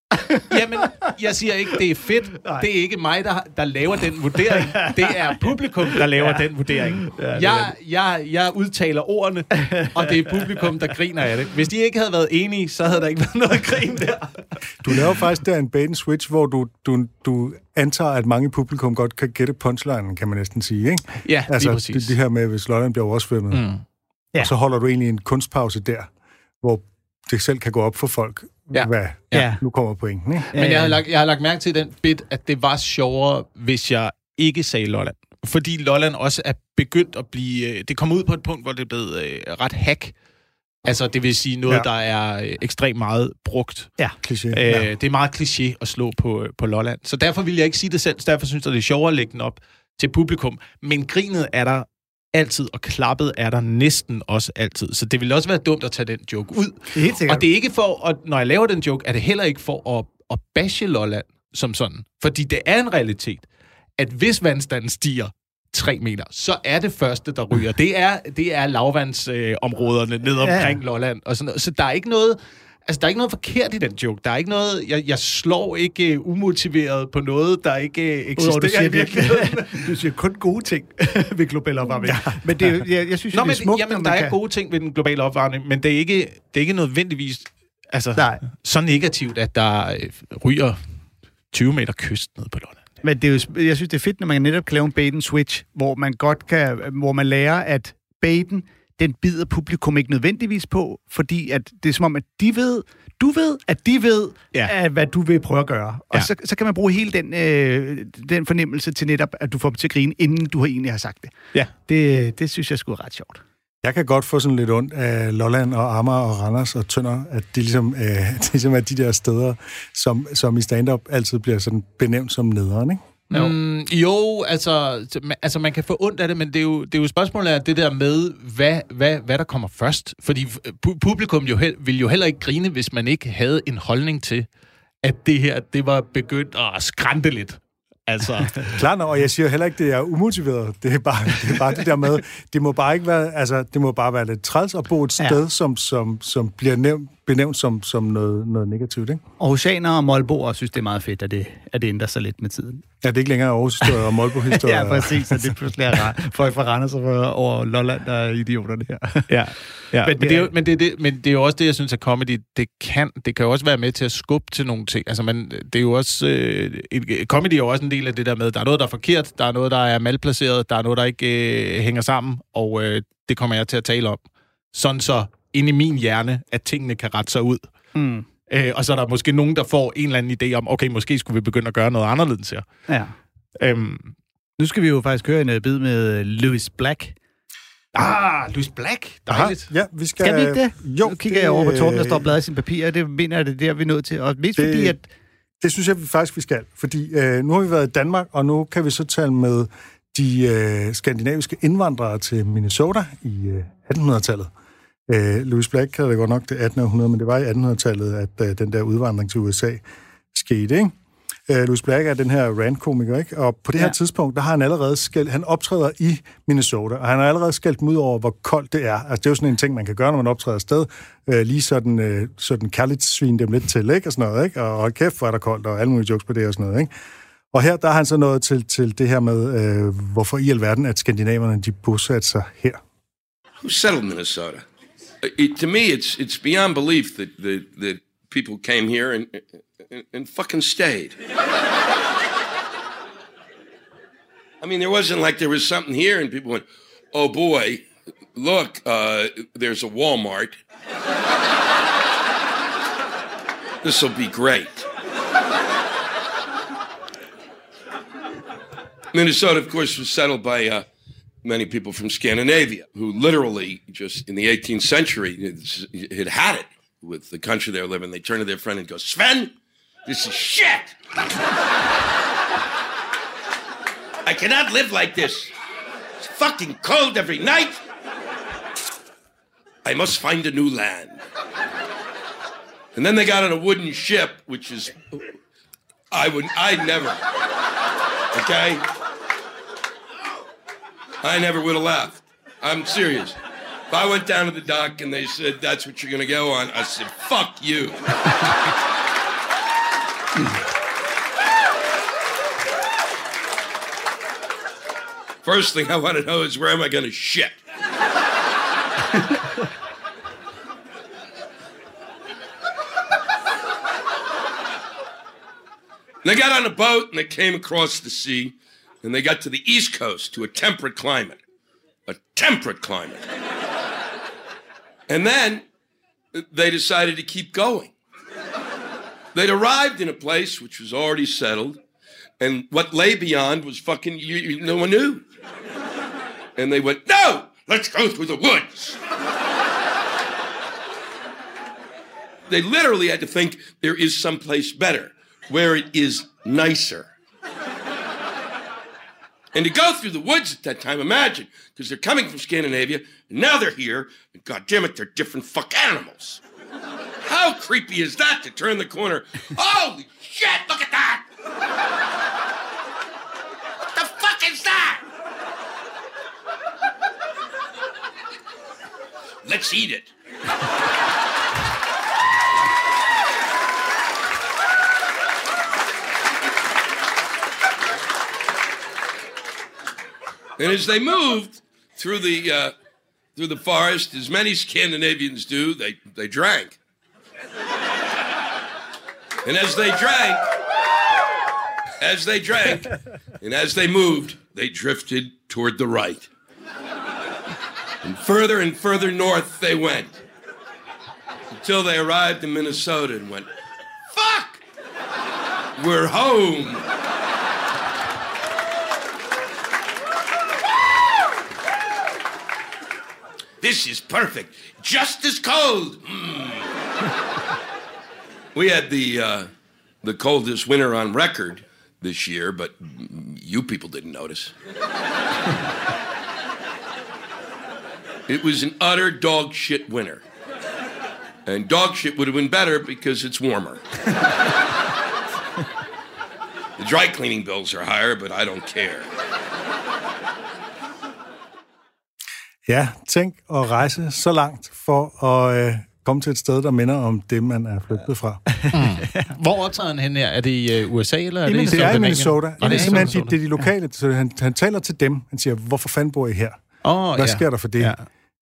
Jamen, jeg siger ikke, det er fedt. Nej. Det er ikke mig, der, der laver den vurdering. Det er publikum, der laver ja. den vurdering. Ja, jeg, jeg, jeg udtaler ordene, og det er publikum, der griner af det. Hvis de ikke havde været enige, så havde der ikke været noget grin der. Du laver faktisk der en bait and switch, hvor du, du, du antager, at mange publikum godt kan gætte punchlinen, kan man næsten sige, ikke? Ja, altså, lige præcis. Det, det her med, hvis Lolland bliver oversvømmet. Mm. Ja. Og så holder du egentlig en kunstpause der, hvor det selv kan gå op for folk, ja. hvad ja. nu kommer pointen, ikke? Men jeg har, lagt, jeg har lagt mærke til den bit, at det var sjovere, hvis jeg ikke sagde Lolland. Fordi Lolland også er begyndt at blive... Det kommer ud på et punkt, hvor det er blevet øh, ret hack. Altså, det vil sige noget, ja. der er øh, ekstremt meget brugt. Ja, kliché. Øh, ja. Det er meget kliché at slå på, på Lolland. Så derfor vil jeg ikke sige det selv. Så derfor synes jeg, det er sjovere at lægge den op til publikum. Men grinet er der altid, og klappet er der næsten også altid. Så det vil også være dumt at tage den joke ud. Helt sikkert. Og det er ikke for, at når jeg laver den joke, er det heller ikke for at, at bashe Lolland som sådan. Fordi det er en realitet, at hvis vandstanden stiger tre meter, så er det første, der ryger. Det er, det er lavvandsområderne øh, ned omkring ja. Lolland. Og sådan noget. Så der er ikke noget... Altså, der er ikke noget forkert i den joke. Der er ikke noget... Jeg, jeg slår ikke uh, umotiveret på noget, der ikke uh, eksisterer i virkeligheden. Du siger kun gode ting ved global opvarmning. Ja. Men det, jeg, jeg synes, Nå, det er smukt, jamen, der er kan... gode ting ved den globale opvarmning, men det er ikke, det er ikke nødvendigvis altså, Nej. så negativt, at der uh, ryger tyve meter kyst ned på Lolland. Men det er jo, jeg synes, det er fedt, når man netop kan lave en bait and switch, hvor man godt kan... Hvor man lærer, at baiten... den bider publikum ikke nødvendigvis på, fordi at det er som om, at de ved, du ved, at de ved, ja. at, hvad du vil prøve at gøre. Og ja. så, så kan man bruge hele den, øh, den fornemmelse til netop, at du får dem til at grine, inden du egentlig har sagt det. Ja. Det, det synes jeg sgu er ret sjovt. Jeg kan godt få sådan lidt ondt af Lolland og Amager og Randers og Tønder, at det ligesom, øh, det ligesom er de der steder, som, som i stand-up altid bliver sådan benævnt som nederen, ikke? Jo, mm, jo altså, altså man kan få ondt af det, men det er jo, det er jo spørgsmålet af det der med, hvad, hvad, hvad der kommer først. Fordi publikum jo he, vil jo heller ikke grine, hvis man ikke havde en holdning til, at det her, det var begyndt at skrante lidt. Altså. Klart, og jeg siger heller ikke, det er umotiveret. Det er bare det, er bare det der med, det må bare ikke være, altså, det må bare være lidt træls at bo et sted, ja. som, som, som bliver nævnt, benævnt som, som noget, noget negativt, ikke? Aarhusianer og Molboer synes, det er meget fedt, at det, at det ændrer sig lidt med tiden. Ja, det er ikke længere Aarhus-historie og Molbo-historie. Ja, præcis, og det pludselig er folk fra Randers og over Lolland, der er idioterne her. Ja, ja. Men, men, det er jo, men, det er det, men det er jo også det, jeg synes, at comedy, det kan, det kan jo også være med til at skubbe til nogle ting. Altså, man, det er jo også, øh, et, comedy er jo også en del af det der med, der er noget, der er forkert, der er noget, der er malplaceret, der er noget, der ikke øh, hænger sammen, og øh, det kommer jeg til at tale om. Sådan så inde i min hjerne, at tingene kan rette sig ud. Mm. Øh, og så er der måske nogen, der får en eller anden idé om, okay, måske skulle vi begynde at gøre noget anderledes her. Ja. Øhm, nu skal vi jo faktisk høre en bid med Louis Black. Ah, Louis Black. Dejligt. Aha, ja, vi skal... Skal vi ikke det? Jo. Nu kigger det, jeg over på Torben, der står og bladrer i sine papirer. Det mener jeg, det er der, vi er nødt til. Og mest det, fordi, at... Det synes jeg vi faktisk, vi skal. Fordi øh, nu har vi været i Danmark, og nu kan vi så tale med de øh, skandinaviske indvandrere til Minnesota i øh, attenhundredetallet. Øh, Louis Black havde det godt nok det attenhundrede, men det var i attenhundredetallet, at øh, den der udvandring til U S A skete, ikke? Øh, Louis Black er den her rant-komiker, ikke? Og på det her ja. tidspunkt, der har han allerede skældt, han optræder i Minnesota, og han har allerede skældt dem ud over, hvor koldt det er. Altså, det er jo sådan en ting, man kan gøre, når man optræder afsted. Øh, lige sådan, øh, sådan kærlighedssvin dem lidt til, ikke? Og sådan noget, ikke? Og hold kæft, hvor er der koldt, og alle mulige jokes på det og sådan noget, ikke? Og her, der har han så nået til, til det her med, øh, hvorfor i alverden, at skandinaverne, de bosatte sig her. Who settled Minnesota? It, to me, it's it's beyond belief that that, that people came here and, and and fucking stayed. I mean, there wasn't like there was something here and people went, "Oh boy, look, uh, there's a Walmart. This will be great." Minnesota, of course, was settled by. Uh, Many people from Scandinavia who literally just in the eighteenth century had had it with the country they were living. They turn to their friend and go, "Sven, this is shit. I cannot live like this. It's fucking cold every night. I must find a new land." And then they got on a wooden ship, which is, I would, I never, okay? I never would have laughed. I'm serious. If I went down to the dock and they said, "That's what you're going to go on," I said, "Fuck you." First thing I want to know is, where am I going to shit? They got on a boat and they came across the sea. And they got to the East Coast, to a temperate climate. A temperate climate. And then they decided to keep going. They'd arrived in a place which was already settled, and what lay beyond was fucking, you, you, no one knew. And they went, "No, let's go through the woods." They literally had to think there is someplace better, where it is nicer. And to go through the woods at that time, imagine, because they're coming from Scandinavia, and now they're here, and goddammit, they're different fuck animals. How creepy is that to turn the corner? Holy shit, look at that! What the fuck is that? Let's eat it. And as they moved through the uh, through the forest, as many Scandinavians do, they they drank. And as they drank, as they drank, and as they moved, they drifted toward the right. And further and further north they went, until they arrived in Minnesota and went, "Fuck! We're home." This is perfect. Just as cold. Mm. We had the uh, the coldest winter on record this year, but you people didn't notice. It was an utter dog shit winter. And dog shit would have been better because it's warmer. The dry cleaning bills are higher, but I don't care. Ja, tænk at rejse så langt for at øh, komme til et sted, der minder om det, man er flygtet fra. Mm. Hvor optræder han hen her? Er det i uh, U S A, eller er Jamen, det, det er i Minnesota. Og Det det er er simpelthen de, det er de lokale, så han, han taler til dem. Han siger, hvorfor fanden bor I her? Oh, Hvad ja. sker der for det?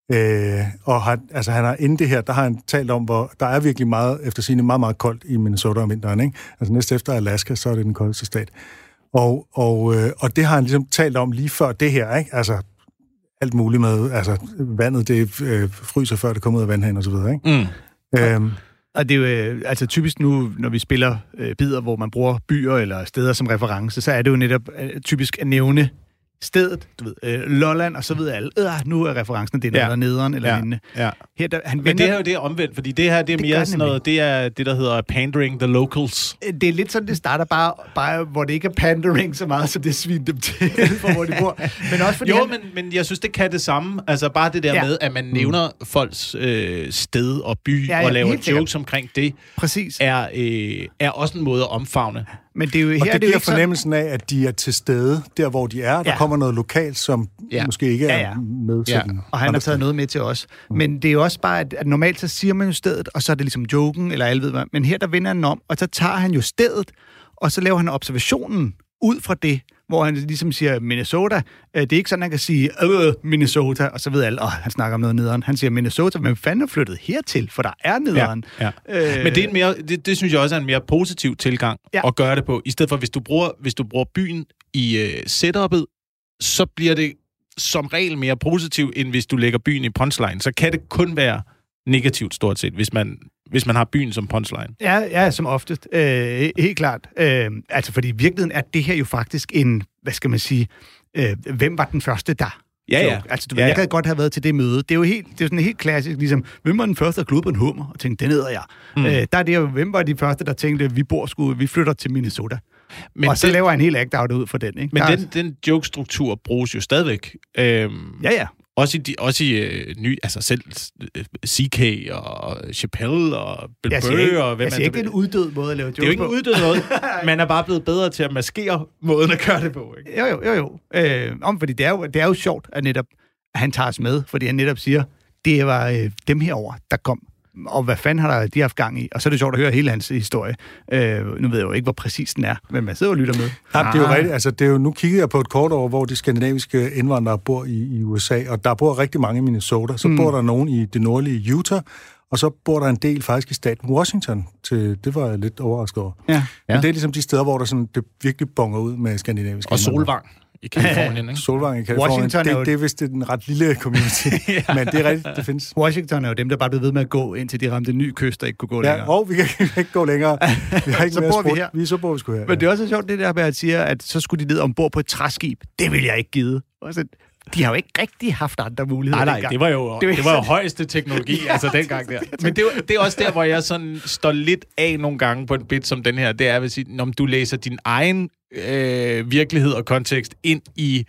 Ja. Øh, og har, altså, han har inden det her, der har han talt om, hvor der er virkelig meget, efter sigende meget, meget koldt i Minnesota om vinteren, ikke? Altså næste efter Alaska, så er det den koldeste stat. Og, og, øh, og det har han ligesom talt om lige før det her, ikke? Altså alt muligt med, altså vandet, det øh, fryser før det kommer ud af vandhanen og så videre, ikke? Mm. Øhm, Og det er jo øh, altså typisk nu, når vi spiller øh, bidder, hvor man bruger byer eller steder som reference, så er det jo netop øh, typisk at nævne stedet, du ved, øh, Lolland, og så ved alle, øh, nu er referencen, det er noget, ja. nederen eller ja. lignende. Ja. Her, der, han Men vender, det er jo det omvendt, fordi det her, det er det mere sådan noget, det er det, der hedder pandering the locals. det er lidt sådan, det starter bare, bare hvor det ikke er pandering så meget, som det sviner dem til, for hvor de bor. Men også fordi jo, han, men, men jeg synes, det kan det samme. Altså bare det der Ja. med, at man nævner mm. folks øh, sted og by, Ja, ja, og laver helt sikkert. jokes omkring det, præcis. er, øh, er også en måde at omfavne. Men det er jo, her og er det det jo giver ikke sådan, fornemmelsen af, at de er til stede, der hvor de er. Der Ja. kommer noget lokalt, som Ja. måske ikke er Ja, ja. med. Ja. Sådan og han har andre taget steder. noget med til os. Men det er jo også bare, at, at normalt så siger man jo stedet, og så er det ligesom joken, eller alle ved hvad. Men her der vender han om, og så tager han jo stedet, og så laver han observationen ud fra det, hvor han ligesom siger Minnesota. Det er ikke sådan, han kan sige øh, Minnesota, og så ved alle, åh, han snakker om noget nederen. Han siger Minnesota, men fanden er flyttet hertil, for der er nederen. Ja, ja. Øh, Men det, er en mere, det, det synes jeg også er en mere positiv tilgang Ja. at gøre det på. I stedet for, hvis du bruger, hvis du bruger byen i uh, setup'et, så bliver det som regel mere positivt, end hvis du lægger byen i punchline. Så kan det kun være negativt stort set, hvis man, hvis man har byen som punchline. Ja, ja, som oftest. Øh, helt klart. Øh, altså, fordi i virkeligheden er det her jo faktisk en, hvad skal man sige, øh, hvem var den første der? Ja, ja. joke. Altså, du Ja, ved, ja. jeg kan godt have været til det møde. Det er jo helt, det er jo sådan helt klassisk, ligesom, hvem var den første, der kludde på en hummer? Og tænkte, den hedder jeg. Mm. Øh, der er det jo, hvem var de første, der tænkte, vi bor sgu, vi flytter til Minnesota. Men og så den, laver han en helt act-out ud for den, ikke? Men Der den, den joke-struktur bruges jo stadigvæk. Øhm, Ja, ja. Også i, de, også i øh, ny, altså selv øh, C K og Chappelle og Bill Jeg siger Burr ikke, og hvem jeg siger ikke, det er en uddød måde at lave jokes Det er jo ikke på. en uddød måde. Man er bare blevet bedre til at maskere måden at gøre det på, ikke? Jo, jo, jo, jo. Øh, om, fordi det er jo, det er jo sjovt, at netop at han tager os med, fordi han netop siger, det var øh, dem herover, der kom. Og hvad fanden har der de haft gang i? Og så er det sjovt at høre hele hans historie. Øh, nu ved jeg jo ikke, hvor præcis den er, men man sidder og lytter med. Ja, det er jo rigtigt. Altså, det er jo, nu kiggede jeg på et kort over, hvor de skandinaviske indvandrere bor i, i U S A, og der bor rigtig mange i Minnesota. Så mm. bor der nogen i det nordlige Utah, og så bor der en del faktisk i staten Washington. Til, det var jeg lidt overrasket over. Ja. Men det er ligesom de steder, hvor der sådan, det virkelig bonger ud med skandinaviske Og indvandrere. Solvang i Kalifornien, ikke? Solvang i Kalifornien. Washington er jo- Det, det er vist en ret lille community, ja. Men det er rigtigt, det findes. Washington er jo dem, der bare blev ved med at gå, indtil de ramte en ny kyst, der ikke kunne gå Ja, længere. og vi kan ikke gå længere. Vi har ikke Så mere bor vi sprudt. her. Vi så bor vi sgu her. Men det er også sjovt, det der med at sige, at så skulle de ned ombord på et træskib. Det vil jeg ikke give. Og så, de har jo ikke rigtig haft andre muligheder. Nej, nej, dengang. det var jo, Det var det var jo sådan- højeste teknologi, ja, altså dengang der. Men det, er- det er også der, hvor jeg sådan står lidt af nogle gange på en bit som den her. Det er, hvis når du læser din egen øh, virkelighed og kontekst ind i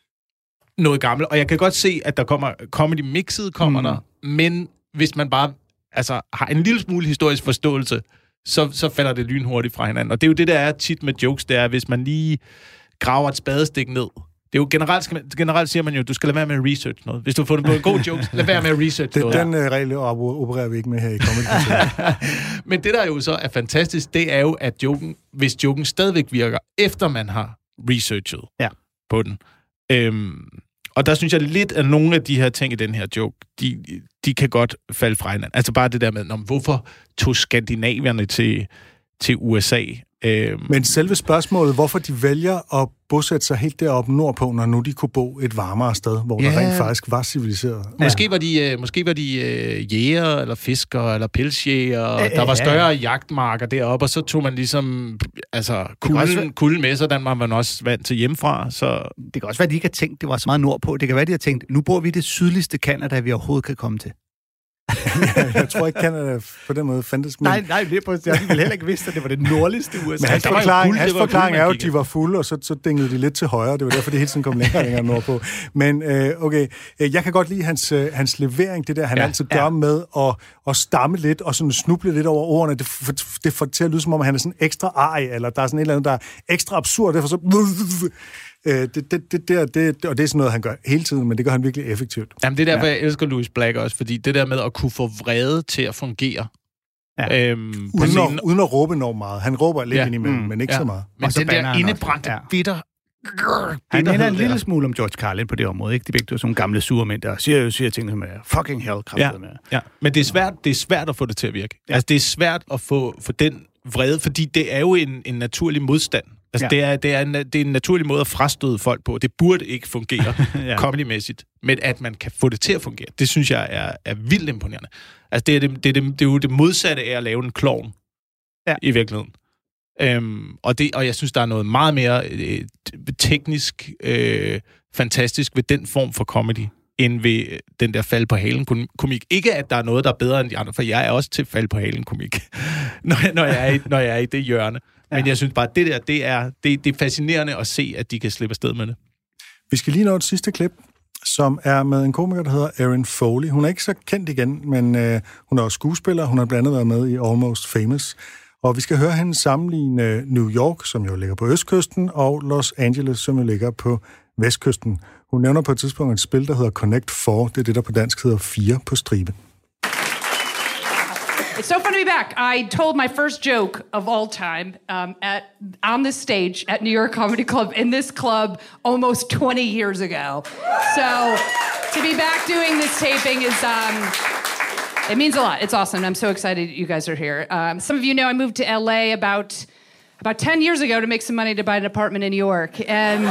noget gammelt. Og jeg kan godt se, at der kommer comedy mixet kommer mm. der, men hvis man bare altså, har en lille smule historisk forståelse, så, så falder det lynhurtigt fra hinanden. Og det er jo det, der er tit med jokes, det er, hvis man lige graver et spadestik ned. Det er jo generelt, skal man, generelt siger man jo, du skal lade være med at research noget. Hvis du har fundet på en god joke, lad være med at research Det, noget. den uh, regel opererer vi ikke med her i Comedy. Men det, der jo så er fantastisk, det er jo, at joken, hvis joken stadigvæk virker, efter man har researchet Ja. på den. Øhm, og der synes jeg lidt, at nogle af de her ting i den her joke, de, de kan godt falde fra hinanden. Altså bare det der med, hvorfor tog skandinavierne til, til U S A? Øhm, Men selve spørgsmålet, hvorfor de vælger at bosætte sig helt deroppe nordpå, når nu de kunne bo et varmere sted, hvor Ja. der rent faktisk var civiliseret. Måske var de, øh, måske var de øh, jæger, eller fiskere, eller pelsjæger, og Ja, der var ja, større ja. jagtmarker deroppe, og så tog man ligesom altså, kan også være- kulden, kulden med sig, den var man også vant til hjemmefra, så Det kan også være, at de ikke har tænkt, det var så meget nordpå. Det kan være, at de har tænkt, nu bor vi i det sydligste Canada, vi overhovedet kan komme til. Jeg tror ikke, Canada på den måde fandtes. Men, Nej, nej, det er på, jeg ville heller ikke vidste, at det var det nordligste U S A. men hans der var jo forklaring, guld, hans det var forklaring guld, er jo, man at gik de var fulde, og så, så dingede de lidt til højre. Det var derfor, det hele tiden kom længere og længere nordpå. Men øh, okay, øh, jeg kan godt lide hans, øh, hans levering, det der, han Ja, ja, altid gør ja. med at, at stamme lidt og sådan snuble lidt over ordene. Det, for, det får det til at lyde, som om han er sådan ekstra arg, eller der er sådan et eller andet, der er ekstra absurd. Derfor så... Øh, det, det, det, der, det, og det er sådan noget, han gør hele tiden, men det gør han virkelig effektivt. Jamen, det er derfor, ja. jeg elsker Louis Black også, fordi det der med at kunne få vrede til at fungere. Ja. Øhm, uden, at, uden at råbe enormt meget. Han råber lidt ja. indimellem, mm. men ikke ja. så meget. Men den der indebrændte bitter... Han minder en lille smule om George Carlin på det område, ikke? De begge sådan nogle gamle sure mænd, der siger jo siger ting som er fucking hell, ja. med. Ja, men det er svært, det er svært at få det til at virke. Ja. Altså, det er svært at få for den vrede, fordi det er jo en, en naturlig modstand. Altså, ja. det, er, det, er en, det er en naturlig måde at frastøde folk på. Det burde ikke fungere ja. comedy-mæssigt, men at man kan få det til at fungere, det synes jeg er, er vildt imponerende. Altså, det er, det, det, det, det er jo det modsatte af at lave en klovn ja. i virkeligheden. Øhm, og, det, og jeg synes, der er noget meget mere øh, teknisk øh, fantastisk ved den form for comedy, end ved den der fald på halen komik. Ikke, at der er noget, der er bedre end de andre, for jeg er også til fald på halen komik, når, jeg, når, jeg er i, når jeg er i det hjørne. Ja. Men jeg synes bare, at det der, det er, det, det er fascinerende at se, at de kan slippe afsted med det. Vi skal lige nå et sidste klip, som er med en komiker, der hedder Erin Foley. Hun er ikke så kendt igen, men øh, hun er også skuespiller. Hun har blandt andet været med i Almost Famous. Og vi skal høre hende sammenligne New York, som jo ligger på østkysten, og Los Angeles, som jo ligger på vestkysten. Hun nævner på et tidspunkt et spil, der hedder Connect four. Det er det, der på dansk hedder fire på stribe. It's so fun to be back. I told my first joke of all time um, at on this stage at New York Comedy Club in this club almost twenty years ago. So to be back doing this taping is... Um, It means a lot. It's awesome. I'm so excited you guys are here. Um, some of you know I moved to L A about about ten years ago to make some money to buy an apartment in New York. And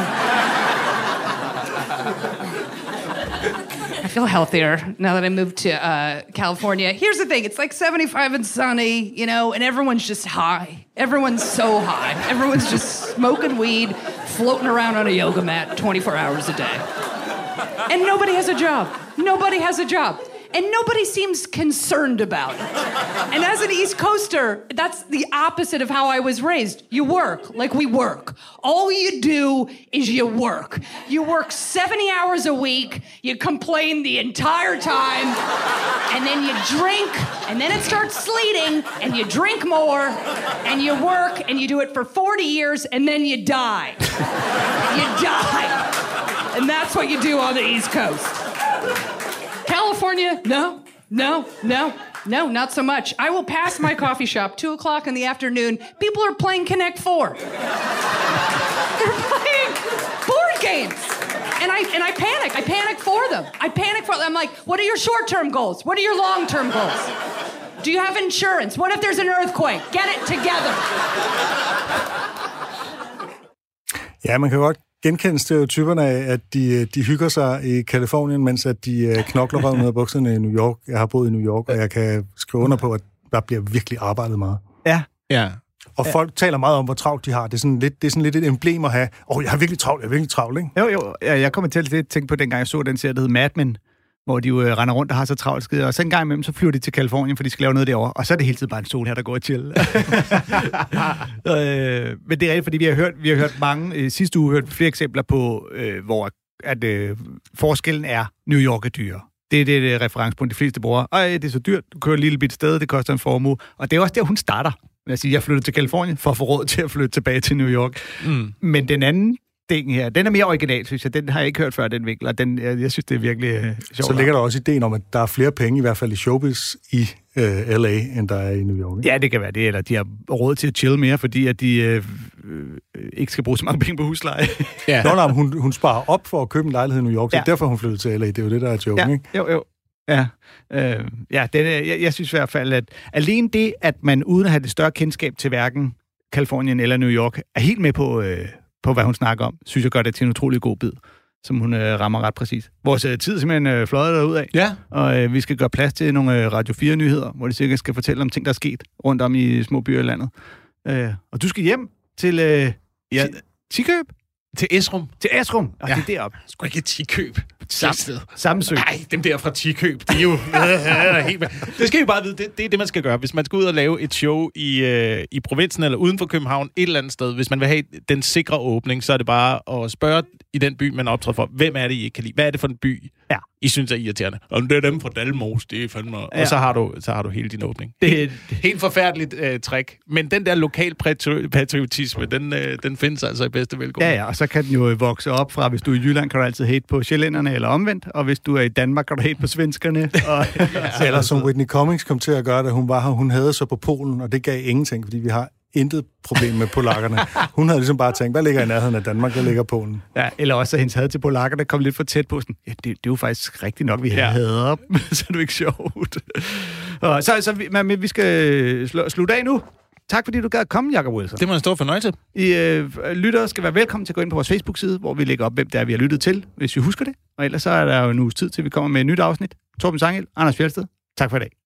I feel healthier now that I moved to uh, California. Here's the thing. It's like seventy-five and sunny, you know, and everyone's just high. Everyone's so high. Everyone's just smoking weed, floating around on a yoga mat twenty-four hours a day. And nobody has a job. Nobody has a job. And nobody seems concerned about it. And as an East Coaster, that's the opposite of how I was raised. You work like we work. All you do is you work. You work seventy hours a week, you complain the entire time, and then you drink, and then it starts sleeting, and you drink more, and you work, and you do it for forty years, and then you die. You die. And that's what you do on the East Coast. California, no, no, no, no, not so much. I will pass my coffee shop, two o'clock in the afternoon. People are playing Connect four. They're playing board games. And I and I panic. I panic for them. I panic for them. I'm like, what are your short-term goals? What are your long-term goals? Do you have insurance? What if there's an earthquake? Get it together. Ja, man kan godt genkende stereotyperne af, at de, de hygger sig i Kalifornien, mens at de knokler røven ud af bukserne i New York. Jeg har boet i New York, og jeg kan skrive under på, at der bliver virkelig arbejdet meget. Ja. Ja. Og ja. folk taler meget om, hvor travlt de har. Det er sådan lidt, det er sådan lidt et emblem at have. Åh, oh, jeg har virkelig travlt, jeg er virkelig travlt, ikke? Jo, jo. Jeg kommer til at tænke på, dengang jeg så den serie, der hed Mad Men, hvor de jo øh, render rundt og har så travlt skide, og så en gang imellem, så flyver de til Kalifornien, for de skal lave noget derovre, og så er det hele tiden bare en sol her, der går og chill. øh, men det er rigtigt, fordi vi har hørt, vi har hørt mange, øh, sidste uge hørt flere eksempler på, øh, hvor at, øh, forskellen er, New York er dyre. Det er det, det referencepunkt, de fleste bruger. Ej, det er så dyrt, du kører et lille bit sted, det koster en formue, og det er også der, hun starter. Jeg siger, jeg flyttede til Kalifornien for at få råd til at flytte tilbage til New York. Mm. Men den anden ting her, den er mere original, synes jeg. Den har jeg ikke hørt før, den vinkel, og den, jeg, jeg synes, det er virkelig øh, sjovt. Så ligger der også ideen om, at der er flere penge, i hvert fald i showbiz, i øh, L A, end der er i New York. Ikke? Ja, det kan være det, eller de har råd til at chill mere, fordi at de øh, øh, ikke skal bruge så mange penge på husleje. Ja. Nå, nej, hun, hun sparer op for at købe en lejlighed i New York, så ja. Derfor hun flyttede til L A. Det er jo det, der er joken, ja. Ikke? Jo, jo. Ja, øh, ja den, jeg, jeg synes i hvert fald, at alene det, at man uden at have det større kendskab til hverken Kalifornien eller New York, er helt med på, øh, på hvad hun snakker om, synes jeg gør det til en utrolig god bid, som hun øh, rammer ret præcis. Vores øh, tid er simpelthen øh, fløjet derudad, ja. Og øh, vi skal gøre plads til nogle øh, Radio fire-nyheder, hvor de sikkert skal fortælle om ting, der er sket rundt om i små byer i landet. Øh, og du skal hjem til øh, ja. Tikøb? Til Esrum. Til Esrum. Og ja. Det er deroppe. Sgu ikke Tikøb. Sam, Samsø. Nej, dem der fra Tikøb, de er jo helt... Det skal I bare vide, det, det er det, man skal gøre. Hvis man skal ud og lave et show i, øh, i provinsen eller uden for København, et eller andet sted, hvis man vil have den sikre åbning, så er det bare at spørge i den by, man optræder for, hvem er det, I ikke kan lide? Hvad er det for en by, ja. I synes er irriterende? Og det er dem fra Dalmos, det er fandme... Ja. Og så har, du, så har du hele din åbning. Det er et helt forfærdeligt øh, trick. Men den der lokal patriotisme, den, øh, den findes altså i bedste velgående. Ja, ja, og så kan den jo vokse op fra, hvis du er i Jylland, kan du altid hate på sjællænderne eller omvendt, og hvis du er i Danmark, kan du hate på svenskerne. Og ja. Eller som Whitney Cummings kom til at gøre, da hun var her, hun havde så på Polen, og det gav ingenting, fordi vi har intet problem med polakkerne. Hun havde ligesom bare tænkt, hvad ligger i nærheden af Danmark, der ligger Polen. Ja, eller også, at hendes had til polakkerne kom lidt for tæt på. Sådan, ja, det, det er jo faktisk rigtigt nok, vi ja. hader dem, så er det ikke sjovt. Og så, så vi, men, vi skal sl- slutte af nu. Tak fordi du gad at komme, Jacob Wilson. Det må en stor fornøjelse. I øh, lyttere skal være velkommen til at gå ind på vores Facebook-side, hvor vi lægger op, hvem det er, vi har lyttet til, hvis vi husker det. Og ellers så er der jo en uges tid, til vi kommer med et nyt afsnit. Torben Sangel, Anders Fjeldsted. Tak for i dag.